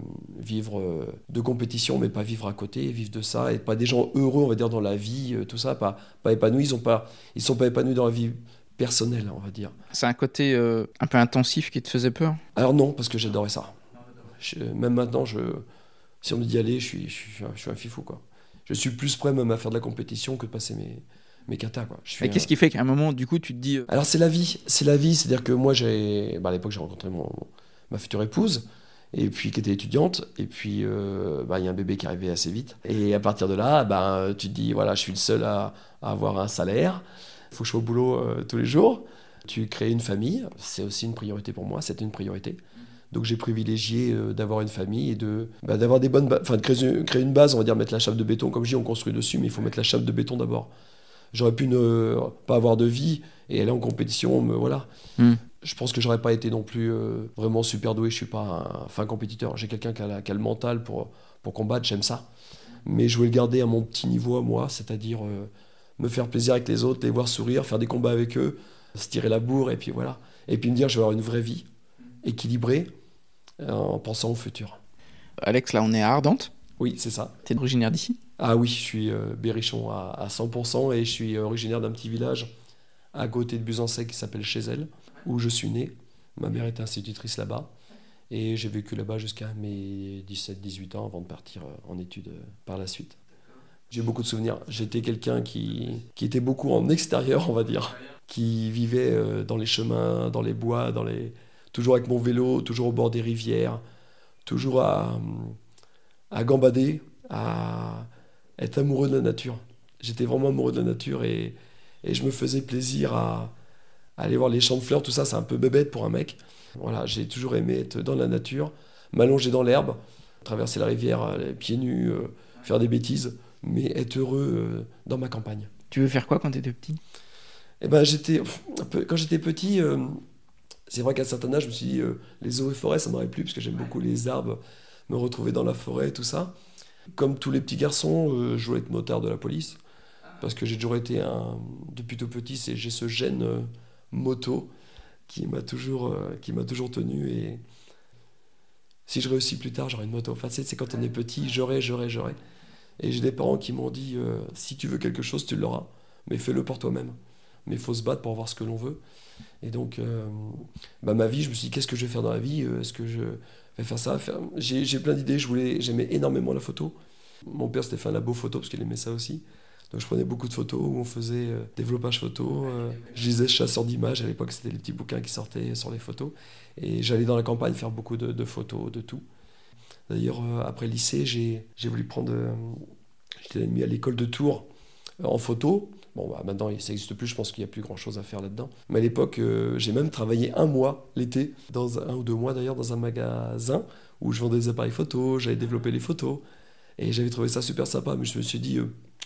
B: vivre de compétition, mais pas vivre à côté, vivre de ça, et pas des gens heureux, on va dire, dans la vie, tout ça, pas épanouis. Ils sont pas épanouis dans la vie personnelle, on va dire.
A: C'est un côté un peu intensif qui te faisait peur ?
B: Alors non, parce que j'adorais ça. Même maintenant, si on me dit aller, je suis un fifou, quoi. Je suis plus prêt même à faire de la compétition que de passer mes katas, quoi.
A: Et qu'est-ce qui fait qu'à un moment, du coup, tu te dis...
B: Alors c'est la vie, c'est-à-dire que moi, à l'époque, j'ai rencontré ma future épouse, et puis qui était étudiante, et puis il y a un bébé qui arrivait assez vite. Et à partir de là, tu te dis, voilà, je suis le seul à avoir un salaire, il faut que je sois au boulot tous les jours. Tu crées une famille, c'est aussi une priorité pour moi, c'était une priorité. Donc j'ai privilégié d'avoir une famille et d'avoir des bonnes de créer une base, on va dire, mettre la chape de béton, comme je dis, on construit dessus, mais il faut mettre la chape de béton d'abord. J'aurais pu ne pas avoir de vie et aller en compétition, voilà. Je pense que j'aurais pas été non plus vraiment super doué, je suis pas un fin compétiteur. J'ai quelqu'un qui a le mental pour combattre, j'aime ça. Mais je voulais le garder à mon petit niveau à moi, c'est-à-dire me faire plaisir avec les autres, les voir sourire, faire des combats avec eux, se tirer la bourre et puis voilà. Et puis me dire je vais avoir une vraie vie, équilibrée, en pensant au futur.
A: Alex, là on est à Ardentes.
B: Oui, c'est ça.
A: T'es originaire d'ici ?
B: Ah oui, je suis berrichon à 100% et je suis originaire d'un petit village à côté de Buzançais qui s'appelle Chézel, où je suis né. Ma mère était institutrice là-bas et j'ai vécu là-bas jusqu'à mes 17-18 ans avant de partir en études par la suite. J'ai beaucoup de souvenirs. J'étais quelqu'un qui était beaucoup en extérieur, on va dire, qui vivait dans les chemins, dans les bois, toujours avec mon vélo, toujours au bord des rivières, toujours à gambader, à être amoureux de la nature. J'étais vraiment amoureux de la nature et je me faisais plaisir à aller voir les champs de fleurs, tout ça, c'est un peu bébête pour un mec. Voilà, j'ai toujours aimé être dans la nature, m'allonger dans l'herbe, traverser la rivière pieds nus, faire des bêtises, mais être heureux dans ma campagne.
A: Tu veux faire quoi quand tu étais petit ?
B: Quand j'étais petit, c'est vrai qu'à un certain âge, je me suis dit, les eaux et forêts, ça m'aurait plu, parce que j'aime beaucoup les arbres, me retrouver dans la forêt, tout ça. Comme tous les petits garçons, je voulais être motard de la police, parce que j'ai toujours été depuis tout petit, j'ai ce gène moto qui m'a toujours tenu. Et si je réussis plus tard, j'aurai une moto. Enfin, c'est quand on est petit, j'aurai. Et j'ai des parents qui m'ont dit, si tu veux quelque chose, tu l'auras, mais fais-le pour toi-même. mais il faut se battre pour avoir ce que l'on veut. Et donc, ma vie, je me suis dit, qu'est-ce que je vais faire dans la vie? Est-ce que je vais faire ça? J'ai plein d'idées, j'aimais énormément la photo. Mon père s'était fait un labo photo parce qu'il aimait ça aussi. Donc je prenais beaucoup de photos où on faisait développage photo. Je lisais Chasseur d'images, à l'époque c'était les petits bouquins qui sortaient sur les photos. Et j'allais dans la campagne faire beaucoup de photos, de tout. D'ailleurs, après le lycée, j'ai voulu prendre... j'étais admis à l'école de Tours en photo. Bon, maintenant, ça n'existe plus, je pense qu'il n'y a plus grand-chose à faire là-dedans. Mais à l'époque, j'ai même travaillé un mois, l'été, un ou 2 mois d'ailleurs, dans un magasin où je vendais des appareils photo, j'avais développé les photos. Et j'avais trouvé ça super sympa, mais je me suis dit,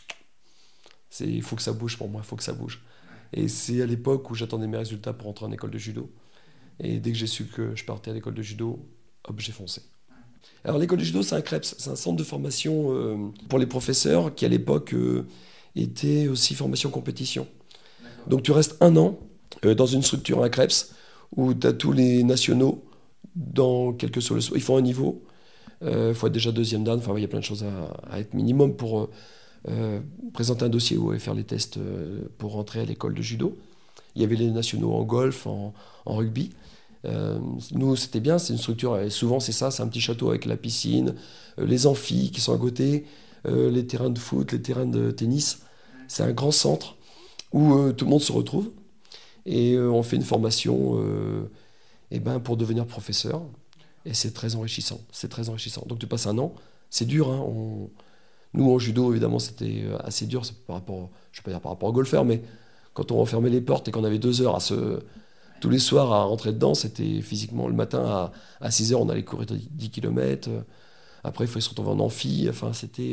B: il faut que ça bouge pour moi, il faut que ça bouge. Et c'est à l'époque où j'attendais mes résultats pour entrer en école de judo. Et dès que j'ai su que je partais à l'école de judo, hop, j'ai foncé. Alors l'école de judo, c'est un CREPS, c'est un centre de formation pour les professeurs qui à l'époque était aussi formation compétition. D'accord. Donc tu restes 1 an dans une structure, un CREPS, où tu as tous les nationaux dans quel que soit le sport. Ils font un niveau, il faut être déjà 2e dan, enfin il y a plein de choses à être minimum pour présenter un dossier ou faire les tests pour rentrer à l'école de judo. Il y avait les nationaux en golf, en rugby. Nous, c'était bien, c'est une structure, et souvent c'est ça, c'est un petit château avec la piscine, les amphis qui sont à côté, les terrains de foot, les terrains de tennis. C'est un grand centre où tout le monde se retrouve et on fait une formation pour devenir professeur. Et c'est très enrichissant, c'est très enrichissant. Donc tu passes 1 an, c'est dur, hein, nous en judo évidemment c'était assez dur, je ne vais pas dire par rapport aux golfeurs, mais quand on refermait les portes et qu'on avait 2 heures tous les soirs à rentrer dedans, c'était physiquement le matin à 6 heures on allait courir 10 km, après il fallait se retrouver en amphi, enfin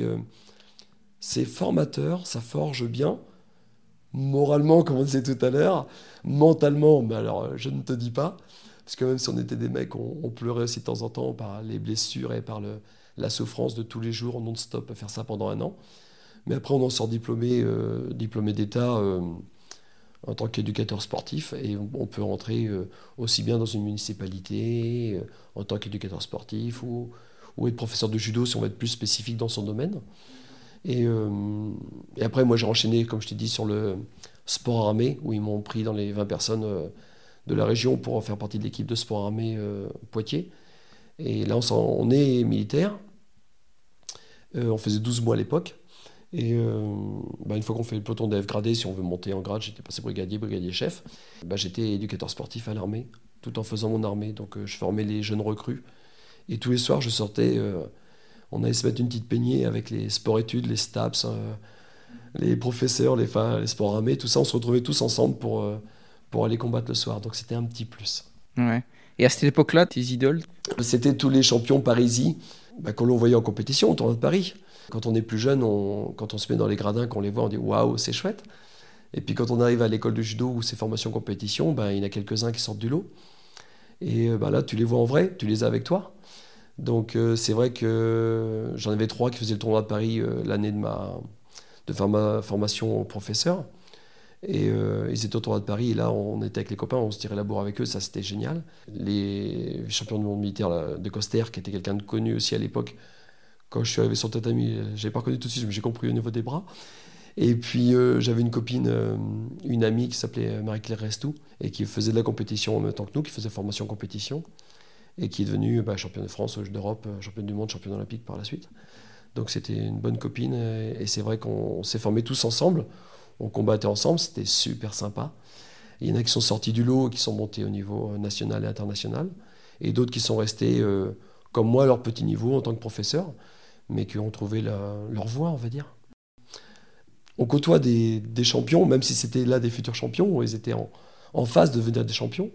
B: c'est formateur, ça forge bien, moralement comme on disait tout à l'heure, mentalement, mais alors je ne te dis pas, parce que même si on était des mecs, on pleurait aussi de temps en temps par les blessures et par la souffrance de tous les jours non-stop à faire ça pendant 1 an. Mais après, on en sort diplômé d'État en tant qu'éducateur sportif et on peut rentrer aussi bien dans une municipalité en tant qu'éducateur sportif ou être professeur de judo si on veut être plus spécifique dans son domaine. Et après, moi, j'ai enchaîné, comme je t'ai dit, sur le sport armé où ils m'ont pris dans les 20 personnes de la région pour en faire partie de l'équipe de sport armé Poitiers. Et là, on est militaire. On faisait 12 mois à l'époque. Et une fois qu'on fait le peloton d'AF gradé, si on veut monter en grade, j'étais passé brigadier chef. J'étais éducateur sportif à l'armée, tout en faisant mon armée. Donc je formais les jeunes recrues. Et tous les soirs, je sortais. On allait se mettre une petite peignée avec les sports-études, les STAPS, les professeurs, les sports armés, tout ça. On se retrouvait tous ensemble pour aller combattre le soir. Donc c'était un petit plus.
A: Ouais. Et à cette époque-là, tes idoles?
B: C'était tous les champions parisis qu'on l'on voyait en compétition au tournoi de Paris. Quand on est plus jeune, quand on se met dans les gradins, qu'on les voit, on dit waouh, c'est chouette. Et puis quand on arrive à l'école de judo ou ces formations compétition, il y en a quelques-uns qui sortent du lot. Et là, tu les vois en vrai, tu les as avec toi. Donc c'est vrai que j'en avais 3 qui faisaient le tournoi de Paris l'année de ma formation professeur. Et ils étaient au tournoi de Paris, et là on était avec les copains, on se tirait la bourre avec eux, ça c'était génial. Les champions du monde militaire là, de Coster, qui était quelqu'un de connu aussi à l'époque, quand je suis arrivé sur le tatami, je n'avais pas reconnu tout de suite, mais j'ai compris au niveau des bras. Et puis j'avais une copine, une amie qui s'appelait Marie-Claire Restou, et qui faisait de la compétition en même temps que nous, qui faisait formation compétition, et qui est devenue championne de France, d'Europe, championne du monde, championne olympique par la suite. Donc c'était une bonne copine, et c'est vrai qu'on s'est formés tous ensemble. On combattait ensemble, c'était super sympa. Il y en a qui sont sortis du lot et qui sont montés au niveau national et international. Et d'autres qui sont restés, comme moi, à leur petit niveau en tant que professeur, mais qui ont trouvé leur voie, on va dire. On côtoie des champions, même si c'était là des futurs champions, où ils étaient en phase de devenir des champions.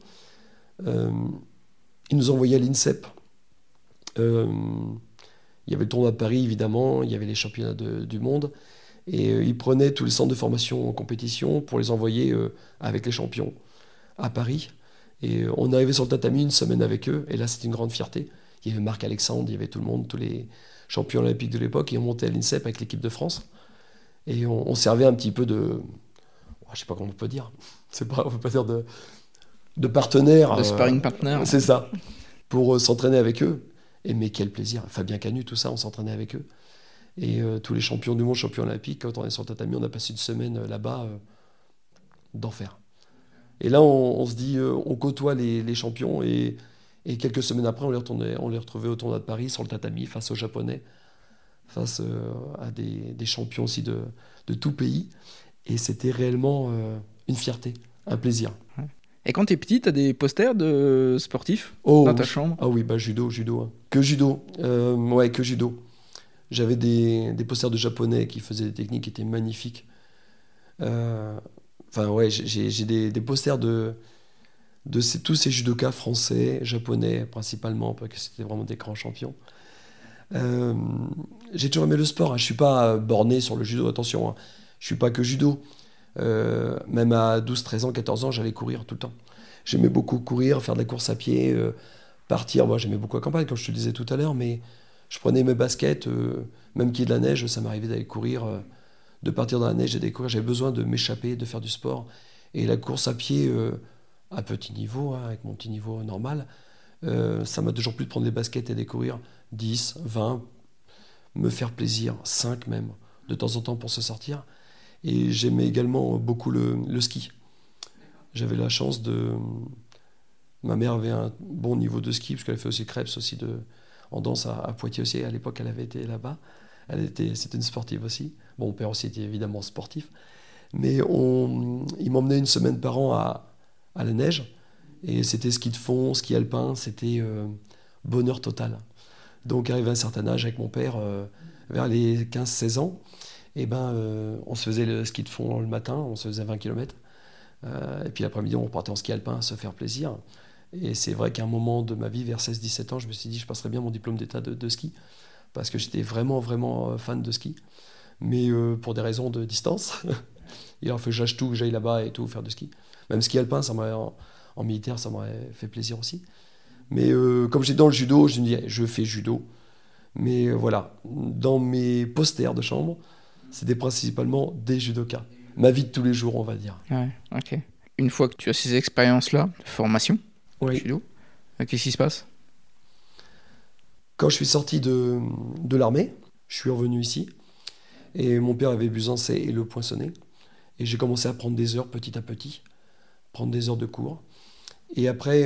B: Ils nous envoyaient à l'INSEP. Il y avait le tournoi de Paris, évidemment, il y avait les championnats du monde. Et ils prenaient tous les centres de formation en compétition pour les envoyer avec les champions à Paris. Et on arrivait sur le tatami une semaine avec eux, et là c'était une grande fierté. Il y avait Marc Alexandre, il y avait tout le monde, tous les champions olympiques de l'époque, et on montait à l'INSEP avec l'équipe de France. Et on servait un petit peu de... je ne sais pas comment on peut dire. On ne peut pas dire de partenaire.
A: De sparring partner.
B: C'est ça. Pour s'entraîner avec eux. Et mais quel plaisir. Fabien Canu, tout ça, on s'entraînait avec eux. Et tous les champions du monde, champions olympiques, quand on est sur le tatami, on a passé une semaine là-bas. d'enfer. Et là, on se dit, on côtoie les champions et quelques semaines après, on les retrouvait au tournoi de Paris sur le tatami face aux Japonais, face à des champions aussi de tout pays. Et c'était réellement une fierté, un plaisir.
A: Et quand t'es petit, t'as des posters de sportifs dans ta chambre?
B: Ah oui, judo. Hein. Que judo. Que judo. J'avais des posters de Japonais qui faisaient des techniques qui étaient magnifiques. J'ai des posters de tous ces judokas français, japonais principalement, parce que c'était vraiment des grands champions. J'ai toujours aimé le sport. Hein. Je ne suis pas borné sur le judo, attention. Hein. Je ne suis pas que judo. Même à 12, 13 ans, 14 ans, j'allais courir tout le temps. J'aimais beaucoup courir, faire de la course à pied, partir. Moi, j'aimais beaucoup la campagne, comme je te le disais tout à l'heure, mais je prenais mes baskets, même qu'il y ait de la neige, ça m'arrivait d'aller courir, de partir dans la neige et d'aller courir. J'avais besoin de m'échapper, de faire du sport. Et la course à pied, à petit niveau, hein, avec mon petit niveau normal, ça m'a toujours plu de prendre des baskets et d'aller courir 10, 20, me faire plaisir, 5 même, de temps en temps pour se sortir. Et j'aimais également beaucoup le ski. J'avais la chance de... Ma mère avait un bon niveau de ski, parce qu'elle fait aussi Krebs aussi en danse à Poitiers aussi. À l'époque, elle avait été là-bas. C'était une sportive aussi. Bon, mon père aussi était évidemment sportif. Mais il m'emmenait une semaine par an à la neige. Et c'était ski de fond, ski alpin, c'était bonheur total. Donc, arrivé à un certain âge avec mon père, vers les 15-16 ans, on se faisait le ski de fond le matin, on se faisait 20 km. Et puis l'après-midi, on partait en ski alpin à se faire plaisir. Et c'est vrai qu'à un moment de ma vie, vers 16-17 ans, je me suis dit je passerais bien mon diplôme d'état de ski, parce que j'étais vraiment, vraiment fan de ski. Mais pour des raisons de distance, il a fallu que j'achète tout, que j'aille là-bas et tout, faire du ski. Même ski alpin, en militaire, ça m'aurait fait plaisir aussi. Mais comme j'étais dans le judo, je me dis je fais judo. Mais voilà, dans mes posters de chambre, c'était principalement des judokas. Ma vie de tous les jours, on va dire.
A: Ouais, ok. Une fois que tu as ces expériences-là, de formation, judo, qu'est-ce qui se passe?
B: Quand je suis sorti de l'armée, je suis revenu ici. Et mon père avait Busancé et le Poinçonnet. Et j'ai commencé à prendre des heures petit à petit, prendre des heures de cours. Et après,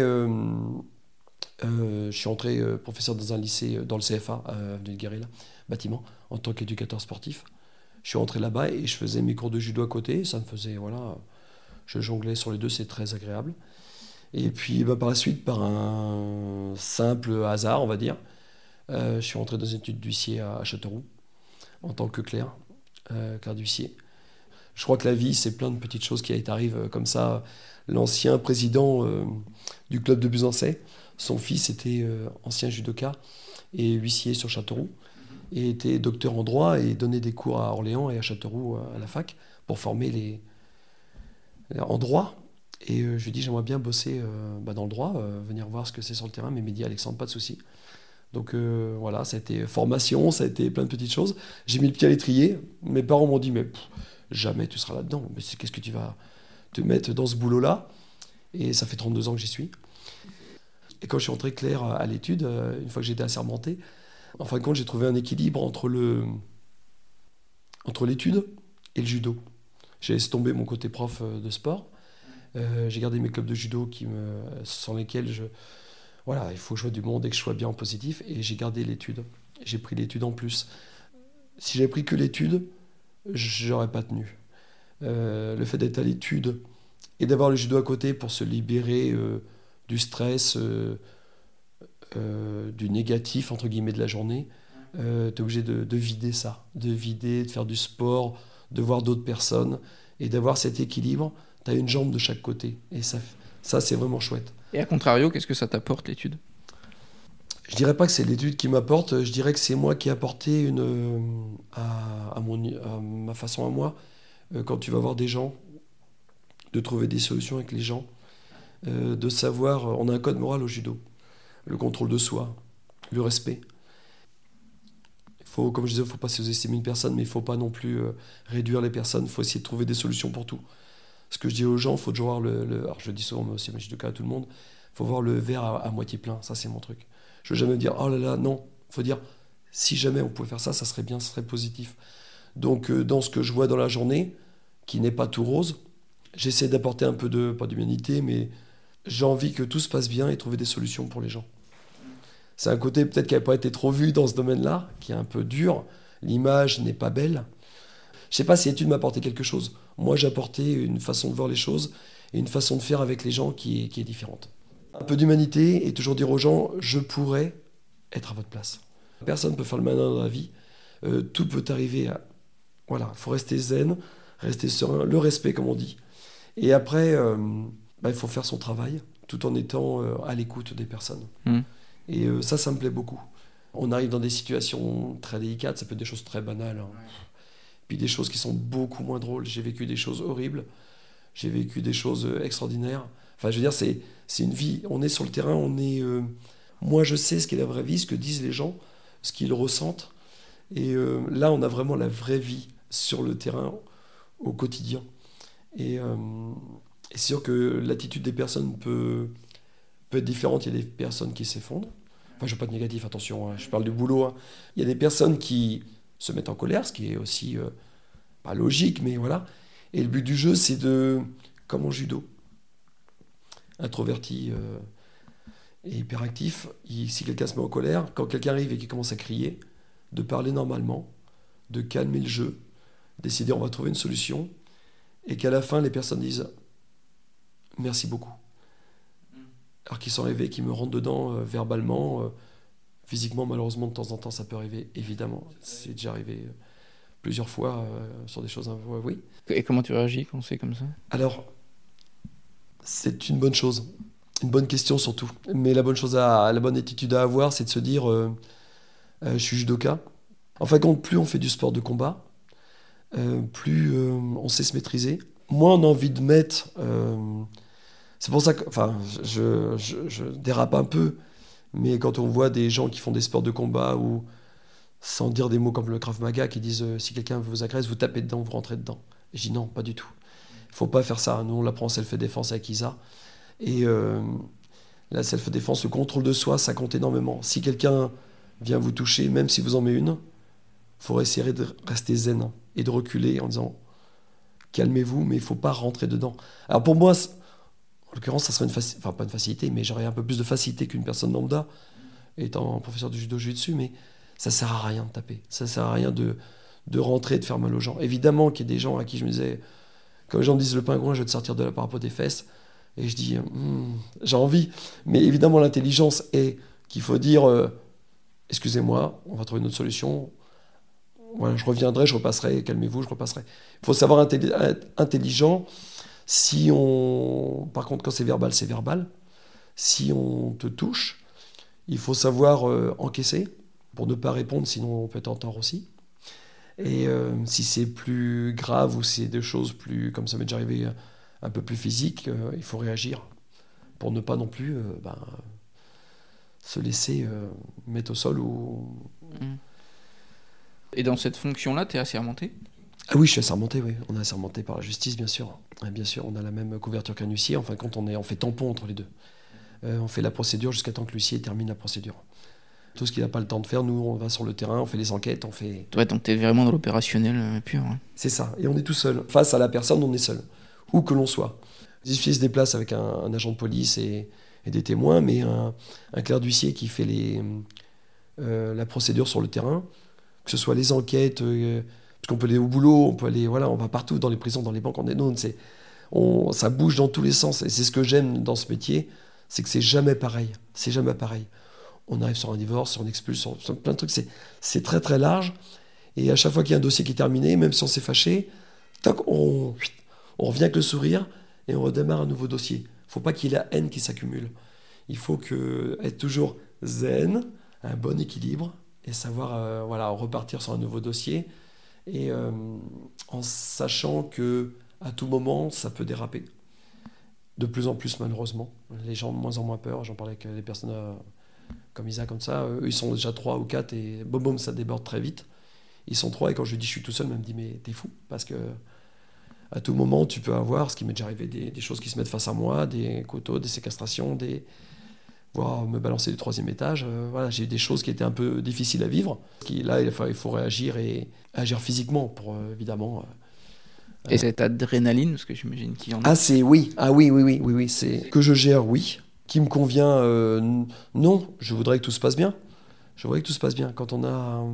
B: je suis entré professeur dans un lycée, dans le CFA, avenue de Guérilla, bâtiment, en tant qu'éducateur sportif. Je suis rentré là-bas et je faisais mes cours de judo à côté. Ça me faisait, voilà, je jonglais sur les deux, c'est très agréable. Et puis par la suite, par un simple hasard, on va dire, je suis rentré dans une étude d'huissier à Châteauroux, en tant que clerc d'huissier. Je crois que la vie, c'est plein de petites choses qui arrivent comme ça. L'ancien président du club de Busancé, son fils était ancien judoka et huissier sur Châteauroux, et était docteur en droit et donnait des cours à Orléans et à Châteauroux à la fac pour former en droit. Et je lui ai dit j'aimerais bien bosser dans le droit, venir voir ce que c'est sur le terrain, mais il m'a dit Alexandre, pas de souci. Donc voilà, ça a été formation, ça a été plein de petites choses. J'ai mis le pied à l'étrier, mes parents m'ont dit mais jamais tu seras là-dedans, mais qu'est-ce que tu vas te mettre dans ce boulot-là? Et ça fait 32 ans que j'y suis. Et quand je suis entré clerc à l'étude, une fois que j'étais assermenté, en fin de compte, j'ai trouvé un équilibre entre l'étude et le judo. J'ai laissé tomber mon côté prof de sport. J'ai gardé mes clubs de judo sans lesquels il faut que je vois du monde et que je sois bien en positif. Et j'ai gardé l'étude. J'ai pris l'étude en plus. Si j'avais pris que l'étude, j'aurais pas tenu. Le fait d'être à l'étude et d'avoir le judo à côté pour se libérer du stress, du négatif, entre guillemets, de la journée, tu es obligé de vider ça, de faire du sport, de voir d'autres personnes et d'avoir cet équilibre. Tu as une jambe de chaque côté et ça c'est vraiment chouette.
A: Et à contrario, qu'est-ce que ça t'apporte, l'étude?
B: Je dirais pas que c'est l'étude qui m'apporte, je dirais que c'est moi qui ai apporté à ma façon à moi, quand tu vas voir des gens, de trouver des solutions avec les gens, de savoir, on a un code moral au judo, le contrôle de soi, le respect. Comme je disais, il ne faut pas sous-estimer une personne, mais il ne faut pas non plus réduire les personnes, il faut essayer de trouver des solutions pour tout. Ce que je dis aux gens, il faut toujours voir alors je le dis souvent, mais aussi judoka à tout le monde, il faut voir le verre à moitié plein, ça c'est mon truc. Je ne veux jamais dire, oh là là, non, il faut dire, si jamais on pouvait faire ça, ça serait bien, ça serait positif. Donc dans ce que je vois dans la journée, qui n'est pas tout rose,
C: J'essaie d'apporter un peu pas d'humanité, mais j'ai envie que tout se passe bien et trouver des solutions pour les gens. C'est un côté peut-être qui n'a pas été trop vu dans ce domaine-là, qui est un peu dur. L'image n'est pas belle. Je ne sais pas si l'étude m'a apporté quelque chose. Moi, j'ai apporté une façon de voir les choses et une façon de faire avec les gens qui est différente. Un peu d'humanité et toujours dire aux gens, je pourrais être à votre place. Personne ne peut faire le malin dans la vie. Tout peut arriver à... Voilà, il faut rester zen, rester serein, le respect comme on dit. Et après, il faut faire son travail tout en étant à l'écoute des personnes. Et ça me plaît beaucoup. On arrive dans des situations très délicates, ça peut être des choses très banales. Hein. Puis des choses qui sont beaucoup moins drôles. J'ai vécu des choses horribles, j'ai vécu des choses extraordinaires. Enfin, je veux dire, c'est une vie. On est sur le terrain, on est... moi, je sais ce qu'est la vraie vie, ce que disent les gens, ce qu'ils ressentent. Et là, on a vraiment la vraie vie sur le terrain, au quotidien. Et c'est sûr que l'attitude des personnes peut être différente. Il y a des personnes qui s'effondrent. Enfin, je ne veux pas de négatif, attention, hein, je parle du boulot. Hein. Il y a des personnes qui se mettent en colère, ce qui est aussi pas logique, mais voilà. Et le but du jeu, c'est de, comme en judo, introverti et hyperactif, si quelqu'un se met en colère, quand quelqu'un arrive et qu'il commence à crier, de parler normalement, de calmer le jeu, décider on va trouver une solution, et qu'à la fin, les personnes disent « merci beaucoup ». Alors qu'ils sont arrivés, qu'ils me rentrent dedans verbalement, physiquement, malheureusement, de temps en temps, ça peut arriver, évidemment. C'est déjà arrivé plusieurs fois sur des choses... oui.
A: Et comment tu réagis quand c'est comme ça ?
C: Alors, c'est une bonne chose. Une bonne question surtout. Mais la bonne attitude à avoir, c'est de se dire je suis judoka. En fin de compte, plus on fait du sport de combat, plus on sait se maîtriser. Moins on a envie de mettre... c'est pour ça que... Enfin, je dérape un peu, mais quand on voit des gens qui font des sports de combat ou sans dire des mots comme le Krav Maga qui disent si quelqu'un vous agresse, vous tapez dedans, vous rentrez dedans. Et je dis non, pas du tout. Il ne faut pas faire ça. Nous, on l'apprend en self-défense avec Isa. Et la self-défense, le contrôle de soi, ça compte énormément. Si quelqu'un vient vous toucher, même si vous en met une, il faut essayer de rester zen et de reculer en disant calmez-vous, mais il ne faut pas rentrer dedans. Alors pour moi, en l'occurrence, ça serait pas une facilité, mais j'aurais un peu plus de facilité qu'une personne lambda, étant professeur de judo jiu-jitsu, mais ça ne sert à rien de taper. Ça ne sert à rien de rentrer et de faire mal aux gens. Évidemment qu'il y a des gens à qui je me disais, quand les gens me disent le pingouin, je vais te sortir de la parapluie des fesses, et je dis, j'ai envie. Mais évidemment, l'intelligence est qu'il faut dire, excusez-moi, on va trouver une autre solution. Voilà, je reviendrai, je repasserai, calmez-vous, je repasserai. Il faut savoir être intelligent. Par contre, quand c'est verbal, c'est verbal. Si on te touche, il faut savoir encaisser pour ne pas répondre, sinon on peut être en tort aussi. Et si c'est plus grave ou si c'est des choses plus, comme ça m'est déjà arrivé, un peu plus physiques, il faut réagir pour ne pas non plus se laisser mettre au sol ou...
A: Et dans cette fonction-là, tu es assermenté ?
C: Ah oui, je suis assermenté, oui. On est assermenté par la justice, bien sûr. Et bien sûr, on a la même couverture qu'un huissier. En fin de compte, on fait tampon entre les deux. On fait la procédure jusqu'à temps que l'huissier termine la procédure. Tout ce qu'il n'a pas le temps de faire, nous, on va sur le terrain, on fait les enquêtes, on fait...
A: Ouais, donc tu es vraiment dans l'opérationnel pur. Hein.
C: C'est ça, et on est tout seul. Face à la personne, on est seul. Où que l'on soit. Les huissiers se déplacent avec un agent de police et des témoins, mais un clerc d'huissier qui fait la procédure sur le terrain, que ce soit les enquêtes... parce qu'on peut aller au boulot, on peut aller, voilà, on va partout, dans les prisons, dans les banques, ça bouge dans tous les sens. Et c'est ce que j'aime dans ce métier, c'est que c'est jamais pareil. C'est jamais pareil. On arrive sur un divorce, sur une expulsion, sur plein de trucs. C'est très très large. Et à chaque fois qu'il y a un dossier qui est terminé, même si on s'est fâché, tac, on revient avec le sourire et on redémarre un nouveau dossier. Il ne faut pas qu'il y ait la haine qui s'accumule. Il faut être toujours zen, un bon équilibre et savoir repartir sur un nouveau dossier. Et en sachant que à tout moment, ça peut déraper. De plus en plus, malheureusement. Les gens ont de moins en moins peur. J'en parlais avec des personnes comme Isa, comme ça. Eux, ils sont déjà 3 ou 4 et boum, ça déborde très vite. Ils sont 3 et quand je lui dis je suis tout seul, elle me dit mais t'es fou. Parce que à tout moment, tu peux avoir, ce qui m'est déjà arrivé, des choses qui se mettent face à moi, des couteaux, des séquestrations, voire me balancer du 3e étage. Voilà, j'ai eu des choses qui étaient un peu difficiles à vivre. Là, il faut réagir et agir physiquement pour évidemment
A: Et cette adrénaline, parce que j'imagine qu'il y en a.
C: Ah, c'est oui. Ah oui. C'est que je gère, oui. Qui me convient, non. Je voudrais que tout se passe bien. Je voudrais que tout se passe bien. Quand on a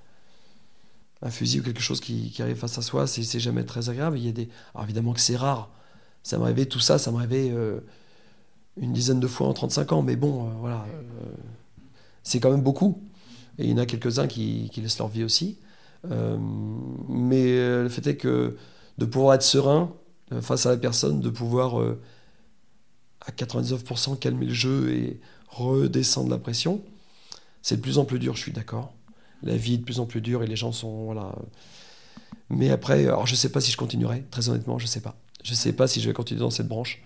C: un fusil ou quelque chose qui arrive face à soi, c'est jamais très agréable. Alors évidemment que c'est rare. Ça m'est arrivé, tout ça, ça m'est arrivé une dizaine de fois en 35 ans. Mais bon, voilà. C'est quand même beaucoup. Et il y en a quelques-uns qui laissent leur vie aussi. Mais le fait est que de pouvoir être serein face à la personne, de pouvoir à 99% calmer le jeu et redescendre la pression, c'est de plus en plus dur, je suis d'accord. La vie est de plus en plus dure et les gens sont... Voilà. Mais après, alors je sais pas si je continuerai, très honnêtement, je sais pas. Je sais pas si je vais continuer dans cette branche.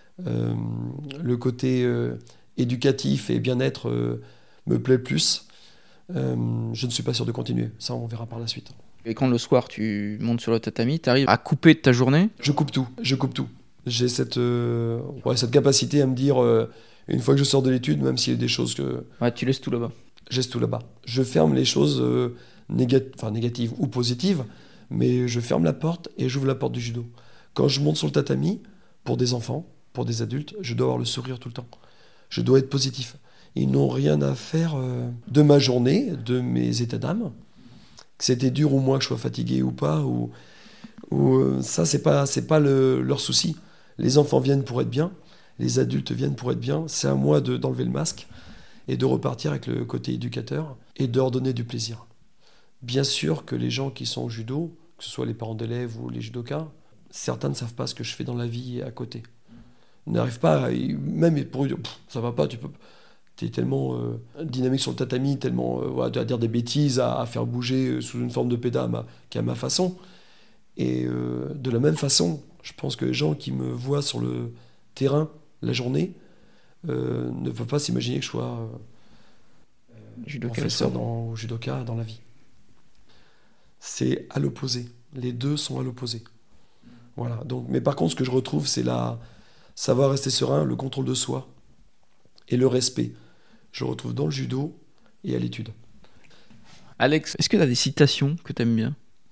C: Le côté éducatif et bien-être me plaît plus. Je ne suis pas sûr de continuer. Ça, on verra par la suite.
A: Et quand le soir tu montes sur le tatami, tu arrives à couper de ta journée?
C: Je coupe tout. J'ai cette capacité à me dire, une fois que je sors de l'étude, même s'il y a des choses que...
A: Ouais, tu laisses tout là-bas.
C: Je laisse tout là-bas. Je ferme les choses négatives ou positives, mais je ferme la porte et j'ouvre la porte du judo. Quand je monte sur le tatami, pour des enfants, pour des adultes, je dois avoir le sourire tout le temps. Je dois être positif. Ils n'ont rien à faire de ma journée, de mes états d'âme. Que c'était dur ou moi, que je sois fatigué ou pas, ça, c'est pas leur souci. Les enfants viennent pour être bien, les adultes viennent pour être bien. C'est à moi d'enlever le masque et de repartir avec le côté éducateur et de leur donner du plaisir. Bien sûr que les gens qui sont au judo, que ce soit les parents d'élèves ou les judokas, certains ne savent pas ce que je fais dans la vie à côté. Ils n'arrivent pas, même pour eux dire « ça va pas, t'es tellement dynamique sur le tatami, tellement à dire des bêtises, à faire bouger sous une forme de pédale qui est à ma façon. » Et de la même façon, je pense que les gens qui me voient sur le terrain la journée ne peuvent pas s'imaginer que je sois professeur au judoka dans la vie. C'est à l'opposé. Les deux sont à l'opposé. Voilà. Donc, mais par contre, ce que je retrouve, c'est savoir rester serein, le contrôle de soi et le respect. Je retrouve dans le judo et à l'étude.
A: Alex, est-ce que tu as des citations que tu aimes bien?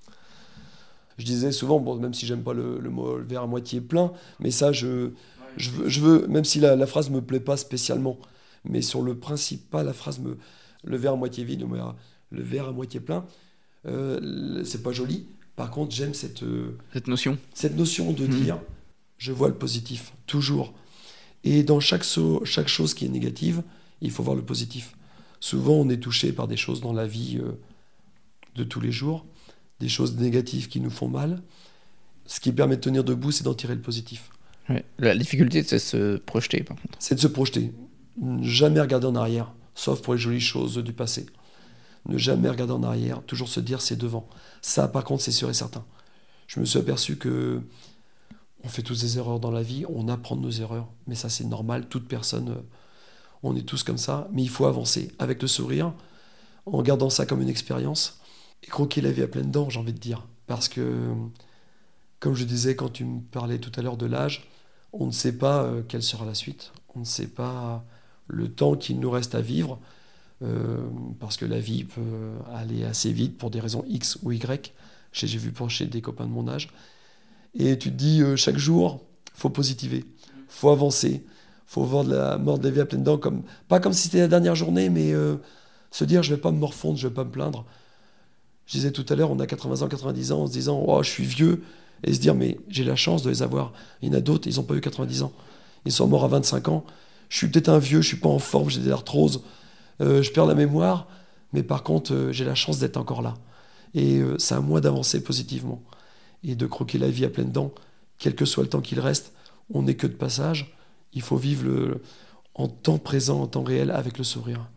C: Je disais souvent, bon, même si j'aime pas le mot le verre à moitié plein, mais ça, je veux, même si la phrase me plaît pas spécialement, mais sur le principe, pas la phrase le verre à moitié vide, ou le verre à moitié plein, c'est pas joli. Par contre, j'aime cette notion de dire, je vois le positif, toujours. Et dans chaque chose qui est négative, il faut voir le positif. Souvent, on est touché par des choses dans la vie de tous les jours, des choses négatives qui nous font mal. Ce qui permet de tenir debout, c'est d'en tirer le positif.
A: Ouais. La difficulté, c'est de se projeter, par contre.
C: C'est de se projeter. Ne jamais regarder en arrière, sauf pour les jolies choses du passé. Ne jamais regarder en arrière, toujours se dire c'est devant. Ça, par contre, c'est sûr et certain. Je me suis aperçu que on fait tous des erreurs dans la vie, on apprend de nos erreurs, mais ça, c'est normal. Toute personne, on est tous comme ça, mais il faut avancer avec le sourire, en gardant ça comme une expérience, et croquer la vie à pleines dents, j'ai envie de dire. Parce que, comme je disais quand tu me parlais tout à l'heure de l'âge, on ne sait pas quelle sera la suite, on ne sait pas le temps qu'il nous reste à vivre, parce que la vie peut aller assez vite pour des raisons X ou Y. J'ai vu pencher des copains de mon âge. Et tu te dis, chaque jour, faut positiver, faut avancer, faut voir de la mort de la vie à pleines dents, pas comme si c'était la dernière journée, mais se dire, je vais pas me morfondre, je vais pas me plaindre. Je disais tout à l'heure, on a 80 ans, 90 ans, en se disant, oh, je suis vieux, et se dire, mais j'ai la chance de les avoir. Il y en a d'autres, ils n'ont pas eu 90 ans. Ils sont morts à 25 ans. Je suis peut-être un vieux, je suis pas en forme, j'ai des arthroses, je perds la mémoire, mais par contre, j'ai la chance d'être encore là. Et c'est à moi d'avancer positivement et de croquer la vie à pleines dents, quel que soit le temps qu'il reste. On n'est que de passage. Il faut vivre en temps présent, en temps réel, avec le sourire.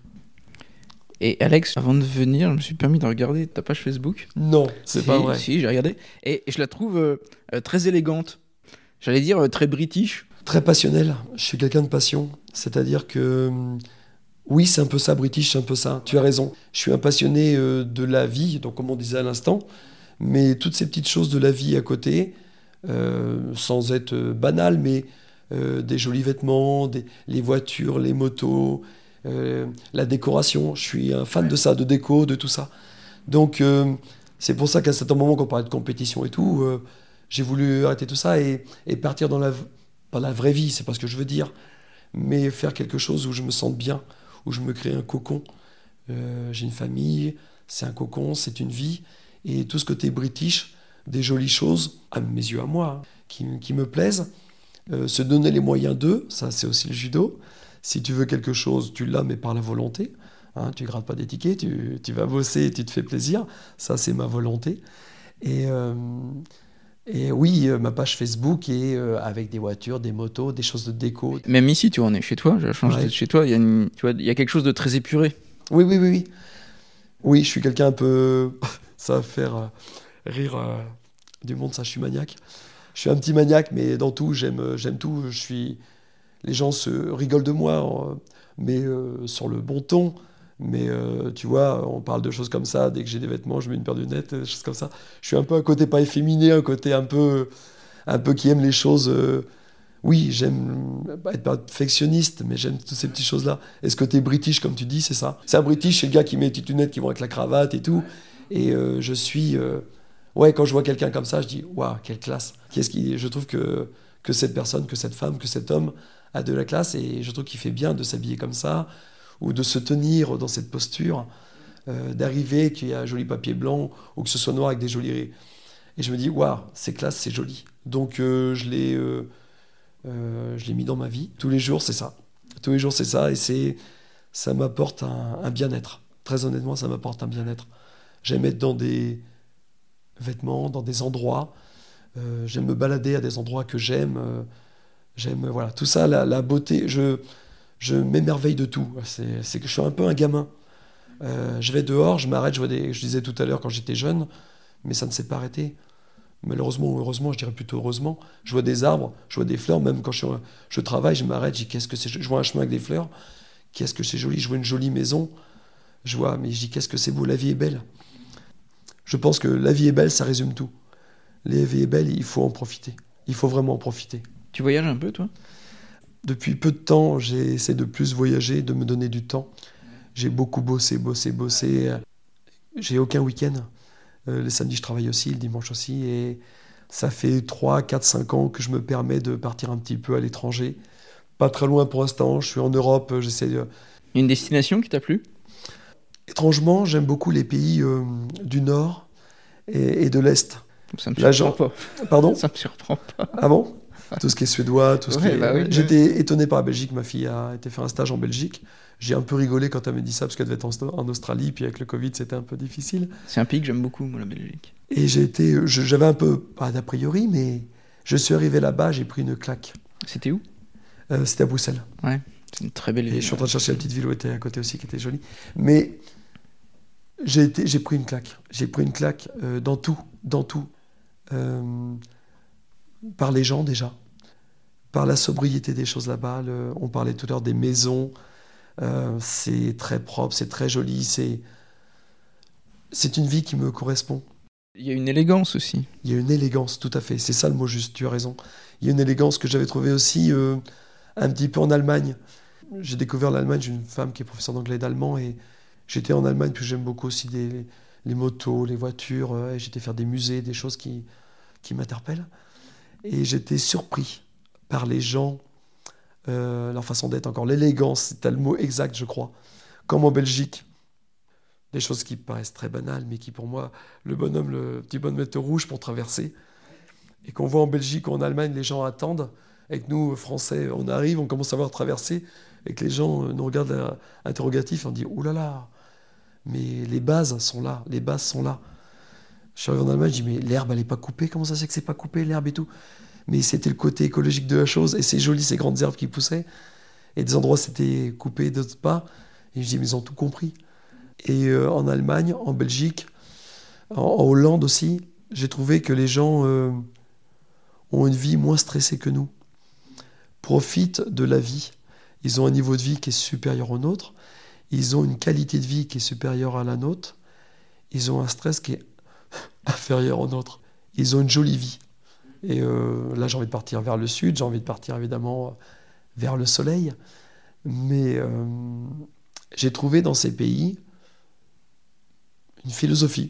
A: Et Alex, avant de venir, je me suis permis de regarder ta page Facebook.
C: Non, c'est pas vrai.
A: Si, j'ai regardé. Et je la trouve très élégante. J'allais dire très british.
C: Très passionnel. Je suis quelqu'un de passion. C'est-à-dire que... oui, c'est un peu ça, british, c'est un peu ça. Tu as raison. Je suis un passionné de la vie, donc comme on disait à l'instant, mais toutes ces petites choses de la vie à côté, sans être banal, mais des jolis vêtements, les voitures, les motos, la décoration. Je suis un fan de ça, de déco, de tout ça. Donc c'est pour ça qu'à certains moments, quand on parlait de compétition et tout, J'ai voulu arrêter tout ça et partir dans pas la vraie vie, c'est pas ce que je veux dire, mais faire quelque chose où je me sente bien, où je me crée un cocon. J'ai une famille, c'est un cocon, c'est une vie, et tout ce côté british, des jolies choses, à mes yeux à moi, hein, qui me plaisent. Se donner les moyens d'eux, ça c'est aussi le judo. Si tu veux quelque chose, tu l'as, mais par la volonté. Hein, tu ne grattes pas des tickets, tu vas bosser et tu te fais plaisir. Ça, c'est ma volonté. Et oui, ma page Facebook est avec des voitures, des motos, des choses de déco.
A: Même ici, tu vois, on est chez toi, je change de chez toi, tu vois, il y a quelque chose de très épuré.
C: Oui. Oui, je suis quelqu'un un peu... ça va faire rire du monde, ça, je suis maniaque. Je suis un petit maniaque, mais dans tout, j'aime tout. Les gens se rigolent de moi, mais sur le bon ton. Mais tu vois, on parle de choses comme ça. Dès que j'ai des vêtements, je mets une paire de lunettes, des choses comme ça. Je suis un peu un côté pas efféminé, un côté un peu qui aime les choses. Oui, j'aime être perfectionniste, mais j'aime toutes ces petites choses-là. Et ce côté british, comme tu dis, c'est ça. C'est un british, c'est le gars qui met des petites lunettes qui vont avec la cravate et tout. Et je suis... ouais, quand je vois quelqu'un comme ça, je dis, waouh, quelle classe. Je trouve que cette personne, que cette femme, que cet homme a de la classe, et je trouve qu'il fait bien de s'habiller comme ça, ou de se tenir dans cette posture, d'arriver, qu'il y a un joli papier blanc, ou que ce soit noir avec des jolis... Et je me dis, waouh, c'est classe, c'est joli. Donc je l'ai mis dans ma vie. Tous les jours, c'est ça. Tous les jours, c'est ça, et ça m'apporte un bien-être. Très honnêtement, ça m'apporte un bien-être. J'aime être dans des vêtements, dans des endroits. J'aime me balader à des endroits que j'aime. J'aime, voilà, tout ça, la beauté. Je m'émerveille de tout. C'est que je suis un peu un gamin. Je vais dehors, je m'arrête, je disais tout à l'heure quand j'étais jeune, mais ça ne s'est pas arrêté. Malheureusement ou heureusement, je dirais plutôt heureusement. Je vois des arbres, je vois des fleurs, même quand je travaille, je m'arrête, je dis qu'est-ce que c'est. Je vois un chemin avec des fleurs, qu'est-ce que c'est joli. Je vois une jolie maison, mais je dis qu'est-ce que c'est beau, la vie est belle. Je pense que la vie est belle, ça résume tout. La vie est belle, il faut en profiter. Il faut vraiment en profiter.
A: Tu voyages un peu, toi ?
C: Depuis peu de temps, j'essaie de plus voyager, de me donner du temps. J'ai beaucoup bossé. J'ai aucun week-end. Les samedis, je travaille aussi, le dimanche aussi. Et ça fait 3, 4, 5 ans que je me permets de partir un petit peu à l'étranger. Pas très loin pour l'instant. Je suis en Europe. J'essaie de...
A: Une destination qui t'a plu ?
C: Étrangement, j'aime beaucoup les pays du Nord et de l'Est.
A: Ça me surprend pas.
C: Pardon ?
A: Ça me surprend pas.
C: Ah bon ? Tout ce qui est suédois, tout ce qui est...
A: Bah oui,
C: J'étais étonné par la Belgique. Ma fille a été faire un stage en Belgique. J'ai un peu rigolé quand elle m'a dit ça, parce qu'elle devait être en Australie, puis avec le Covid, c'était un peu difficile.
A: C'est un pays que j'aime beaucoup, moi, la Belgique.
C: Et j'avais un peu, pas d'a priori, mais je suis arrivé là-bas, j'ai pris une claque.
A: C'était où ?
C: C'était à Bruxelles.
A: Ouais, c'est une très belle ville.
C: Et je suis en train de chercher la petite ville où était à côté aussi, qui était jolie. Mais j'ai pris une claque. J'ai pris une claque dans tout. Par les gens, déjà. Par la sobriété des choses là-bas. On parlait tout à l'heure des maisons. C'est très propre, c'est très joli. C'est une vie qui me correspond.
A: Il y a une élégance aussi.
C: Il y a une élégance, tout à fait. C'est ça le mot juste, tu as raison. Il y a une élégance que j'avais trouvée aussi un petit peu en Allemagne. J'ai découvert l'Allemagne, j'ai une femme qui est professeure d'anglais et d'allemand, et j'étais en Allemagne, puis j'aime beaucoup aussi les motos, les voitures, et j'étais faire des musées, des choses qui m'interpellent. Et j'étais surpris par les gens, leur façon d'être, encore l'élégance, c'est le mot exact, je crois. Comme en Belgique, des choses qui paraissent très banales, mais qui pour moi, le petit bonhomme rouge pour traverser, et qu'on voit en Belgique ou en Allemagne, les gens attendent, et que nous, Français, on arrive, on commence à voir traverser, et que les gens nous regardent interrogatifs, et on dit « Ouh là là !» Mais les bases sont là, Je suis arrivé en Allemagne, je dis « Mais l'herbe, elle n'est pas coupée, comment ça se fait que c'est pas coupé, l'herbe et tout ?» Mais c'était le côté écologique de la chose, et c'est joli, ces grandes herbes qui poussaient, et des endroits c'était coupé, d'autres pas, et je dis « Mais ils ont tout compris !» Et en Allemagne, en Belgique, en Hollande aussi, j'ai trouvé que les gens ont une vie moins stressée que nous, profitent de la vie. Ils ont un niveau de vie qui est supérieur au nôtre, ils ont une qualité de vie qui est supérieure à la nôtre, ils ont un stress qui est inférieur au nôtre. Ils ont une jolie vie. Et là, j'ai envie de partir vers le sud, j'ai envie de partir évidemment vers le soleil, mais j'ai trouvé dans ces pays une philosophie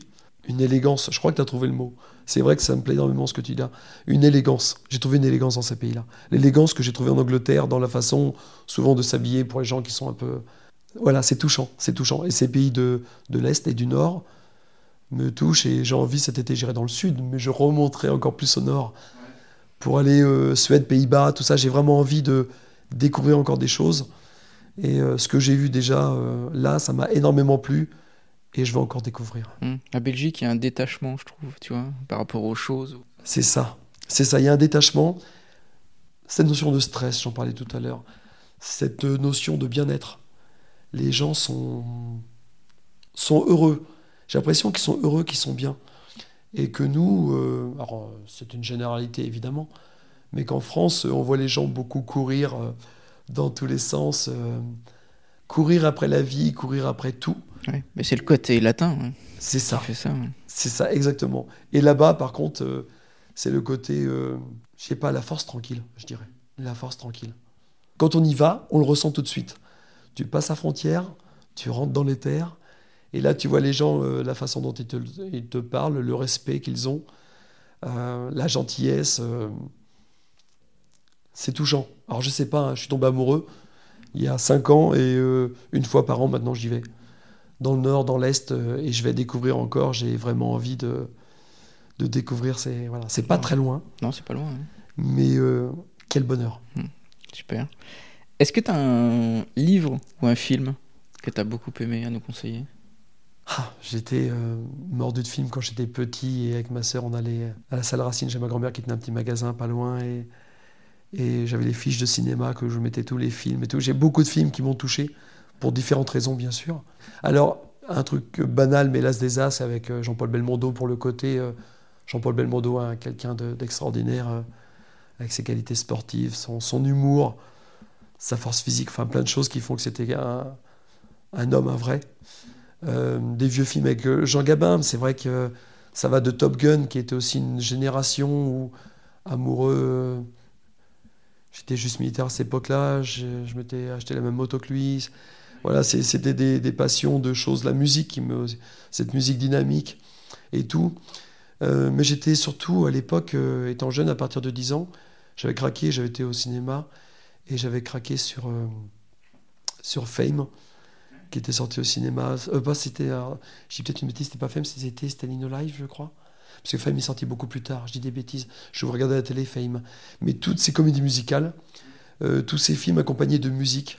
C: une élégance. Je crois que tu as trouvé le mot. C'est vrai que ça me plaît énormément ce que tu dis là. Une élégance. J'ai trouvé une élégance dans ces pays-là. L'élégance que j'ai trouvée en Angleterre, dans la façon souvent de s'habiller pour les gens qui sont un peu... Voilà, c'est touchant, c'est touchant. Et ces pays de l'Est et du Nord me touchent et j'ai envie cet été, j'irai dans le Sud, mais je remonterai encore plus au Nord pour aller Suède, Pays-Bas, tout ça. J'ai vraiment envie de découvrir encore des choses. Et ce que j'ai vu déjà là, ça m'a énormément plu et je vais encore découvrir.
A: La Belgique, il y a un détachement, je trouve, tu vois, par rapport aux choses.
C: C'est ça, il y a un détachement. Cette notion de stress, j'en parlais tout à l'heure, cette notion de bien-être. Les gens sont heureux. J'ai l'impression qu'ils sont heureux, qu'ils sont bien. Et que nous, alors c'est une généralité évidemment, mais qu'en France, on voit les gens beaucoup courir dans tous les sens, courir après la vie, courir après tout.
A: Ouais, mais c'est le côté latin. Hein.
C: C'est ça.
A: Fait ça, ouais.
C: C'est ça, exactement. Et là-bas, par contre, c'est le côté, je sais pas, la force tranquille, je dirais. La force tranquille. Quand on y va, on le ressent tout de suite. Tu passes la frontière, tu rentres dans les terres, et là, tu vois les gens, la façon dont ils te parlent, le respect qu'ils ont, la gentillesse. C'est touchant. Alors, je sais pas, hein, je suis tombé amoureux il y a 5 ans, et une fois par an, maintenant, j'y vais. Dans le nord, dans l'est, et je vais découvrir encore. J'ai vraiment envie de découvrir. C'est pas très loin.
A: Non, c'est pas loin. Hein.
C: Mais quel bonheur.
A: Super. Est-ce que tu as un livre ou un film que tu as beaucoup aimé à nous conseiller ?
C: J'étais mordu de film quand j'étais petit et avec ma sœur on allait à la salle Racine chez ma grand-mère qui tenait un petit magasin pas loin et j'avais les fiches de cinéma que je mettais tous les films et tout. J'ai beaucoup de films qui m'ont touché pour différentes raisons bien sûr. Alors un truc banal mais l'as des as c'est avec Jean-Paul Belmondo pour le côté Jean-Paul Belmondo, hein, quelqu'un d'extraordinaire avec ses qualités sportives, son humour, sa force physique, enfin plein de choses qui font que c'était un homme, un vrai. Des vieux films avec Jean Gabin, c'est vrai que ça va de Top Gun, qui était aussi une génération où amoureux. J'étais juste militaire à cette époque-là, je m'étais acheté la même moto que lui. Voilà, c'était des passions de choses, la musique, cette musique dynamique et tout. Mais j'étais surtout, à l'époque, étant jeune, à partir de 10 ans, j'avais craqué, j'avais été au cinéma, et j'avais craqué sur Fame, qui était sorti au cinéma. Je dis peut-être une bêtise, c'était pas Fame, c'était Standing Alive, je crois. Parce que Fame est sorti beaucoup plus tard, je dis des bêtises. Je vous regardais à la télé, Fame. Mais toutes ces comédies musicales, tous ces films accompagnés de musique,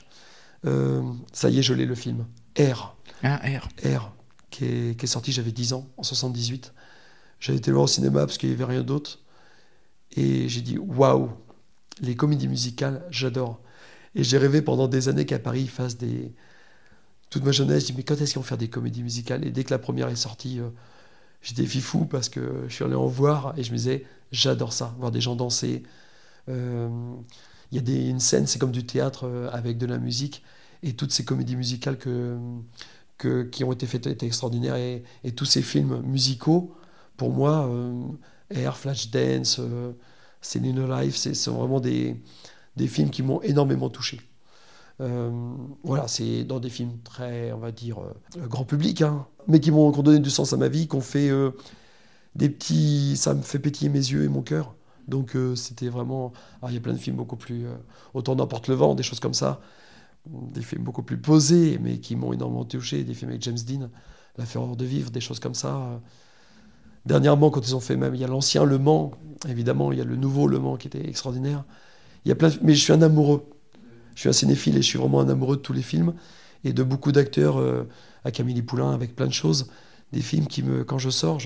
C: ça y est, je l'ai, le film. R.
A: Ah, R.
C: R, qui est sorti, j'avais 10 ans, en 78. J'avais été le voir au cinéma parce qu'il n'y avait rien d'autre. Et j'ai dit, waouh, les comédies musicales, j'adore. Et j'ai rêvé pendant des années qu'à Paris, ils fassent toute ma jeunesse, je dis mais quand est-ce qu'ils vont faire des comédies musicales ? Et dès que la première est sortie, j'étais fifou parce que je suis allé en voir et je me disais j'adore ça, voir des gens danser. Il y a une scène, c'est comme du théâtre avec de la musique et toutes ces comédies musicales qui ont été faites étaient extraordinaires et tous ces films musicaux, pour moi, Air, Flashdance, Standing Alive, sont vraiment des films qui m'ont énormément touché. Voilà, c'est dans des films très, on va dire, grand public, hein, mais qui m'ont donné du sens à ma vie, qui ont fait des petits... Ça me fait pétiller mes yeux et mon cœur. Donc c'était vraiment... Alors, il y a plein de films beaucoup plus... Autant n'emporte le vent, des choses comme ça. Des films beaucoup plus posés, mais qui m'ont énormément touché. Des films avec James Dean, La Fureur de vivre, des choses comme ça. Dernièrement, quand ils ont fait même... Il y a l'ancien Le Mans, évidemment, il y a le nouveau Le Mans qui était extraordinaire. Il y a plein de... Mais je suis un amoureux. Je suis un cinéphile et je suis vraiment un amoureux de tous les films et de beaucoup d'acteurs, à Camille Poulain, avec plein de choses. Des films qui quand je sors,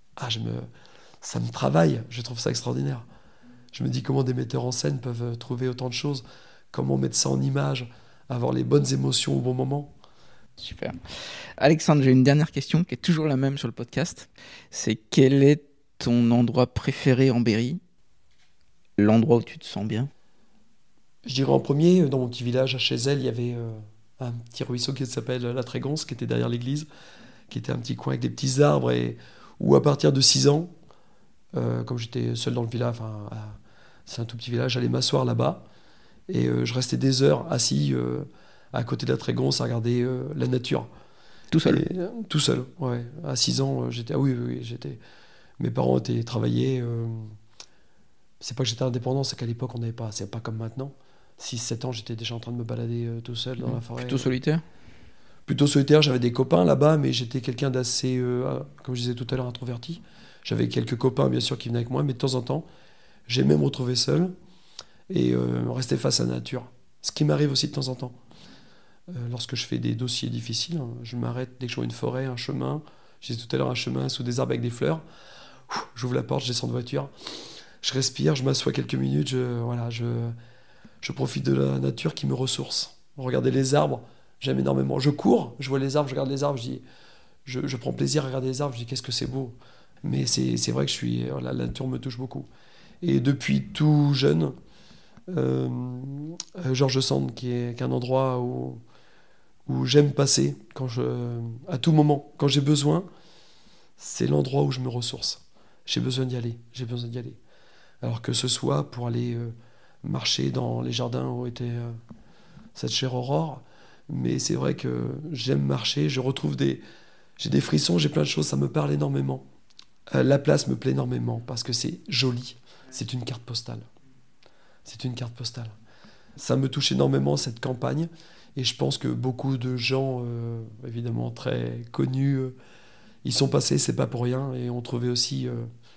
C: ça me travaille. Je trouve ça extraordinaire. Je me dis comment des metteurs en scène peuvent trouver autant de choses, comment mettre ça en image, avoir les bonnes émotions au bon moment.
A: Super. Alexandre, j'ai une dernière question qui est toujours la même sur le podcast. C'est quel est ton endroit préféré en Berry ? L'endroit où tu te sens bien ?
C: Je dirais en premier, dans mon petit village à Chézel, il y avait un petit ruisseau qui s'appelle la Trégonce, qui était derrière l'église, qui était un petit coin avec des petits arbres, et où à partir de 6 ans, comme j'étais seul dans le village, c'est un tout petit village, j'allais m'asseoir là-bas, et je restais des heures assis à côté de la Trégonce à regarder la nature.
A: Tout seul.
C: Tout seul, ouais. À 6 ans, j'étais... Ah oui, j'étais... Mes parents étaient travaillés. C'est pas que j'étais indépendant, c'est qu'à l'époque, on n'avait pas... C'est pas comme maintenant. 6-7 ans, j'étais déjà en train de me balader tout seul dans la forêt.
A: Plutôt solitaire?
C: Plutôt solitaire, j'avais des copains là-bas, mais j'étais quelqu'un d'assez, comme je disais tout à l'heure, introverti. J'avais quelques copains, bien sûr, qui venaient avec moi, mais de temps en temps, j'aimais me retrouver seul et rester face à la nature. Ce qui m'arrive aussi de temps en temps. Lorsque je fais des dossiers difficiles, je m'arrête dès que je vois une forêt, un chemin. Je disais tout à l'heure un chemin sous des arbres avec des fleurs. J'ouvre la porte, je descends de voiture, je respire, je m'assois quelques minutes, je profite de la nature qui me ressource. Regardez les arbres, j'aime énormément. Je cours, je vois les arbres, je regarde les arbres, je prends plaisir à regarder les arbres, je dis qu'est-ce que c'est beau. Mais c'est vrai que la nature me touche beaucoup. Et depuis tout jeune, George Sand, qui est un endroit où j'aime passer à tout moment, quand j'ai besoin, c'est l'endroit où je me ressource. J'ai besoin d'y aller. Alors que ce soit pour aller marcher dans les jardins où était cette chère Aurore, mais c'est vrai que j'aime marcher, j'ai des frissons, j'ai plein de choses, ça me parle énormément. La place me plaît énormément parce que c'est joli, c'est une carte postale. Ça me touche énormément cette campagne et je pense que beaucoup de gens, évidemment très connus, y sont passés, c'est pas pour rien, et ont trouvé aussi...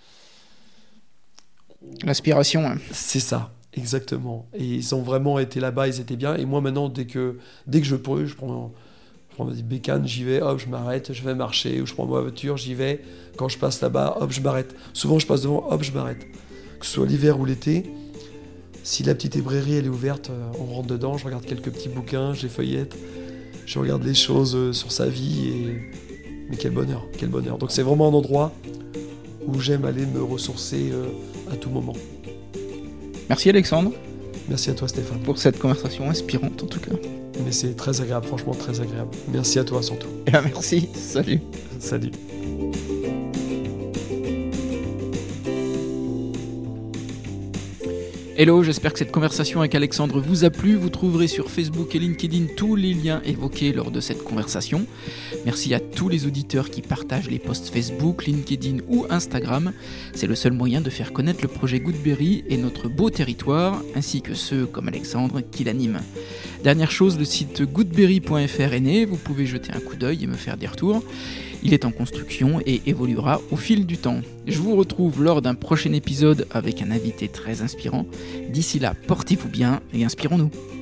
A: L'inspiration. Hein.
C: C'est ça, exactement. Et ils ont vraiment été là-bas, ils étaient bien. Et moi maintenant, dès que je peux, je prends ma bécane, j'y vais, hop, je m'arrête, je vais marcher, ou je prends ma voiture, j'y vais. Quand je passe là-bas, hop, je m'arrête. Souvent, je passe devant, hop, je m'arrête. Que ce soit l'hiver ou l'été, si la petite librairie, elle est ouverte, on rentre dedans, je regarde quelques petits bouquins, je les feuillette, je regarde les choses sur sa vie, mais quel bonheur, quel bonheur. Donc c'est vraiment un endroit où j'aime aller me ressourcer à tout moment.
A: Merci Alexandre.
C: Merci à toi Stéphane.
A: Pour cette conversation inspirante en tout cas.
C: Mais c'est très agréable, franchement très agréable. Merci à toi surtout.
A: Et bien merci, salut.
C: Salut.
A: Hello, j'espère que cette conversation avec Alexandre vous a plu. Vous trouverez sur Facebook et LinkedIn tous les liens évoqués lors de cette conversation. Merci à tous les auditeurs qui partagent les posts Facebook, LinkedIn ou Instagram. C'est le seul moyen de faire connaître le projet Goodberry et notre beau territoire, ainsi que ceux comme Alexandre qui l'animent. Dernière chose, le site goodberry.fr est né, vous pouvez jeter un coup d'œil et me faire des retours. Il est en construction et évoluera au fil du temps. Je vous retrouve lors d'un prochain épisode avec un invité très inspirant. D'ici là, portez-vous bien et inspirons-nous.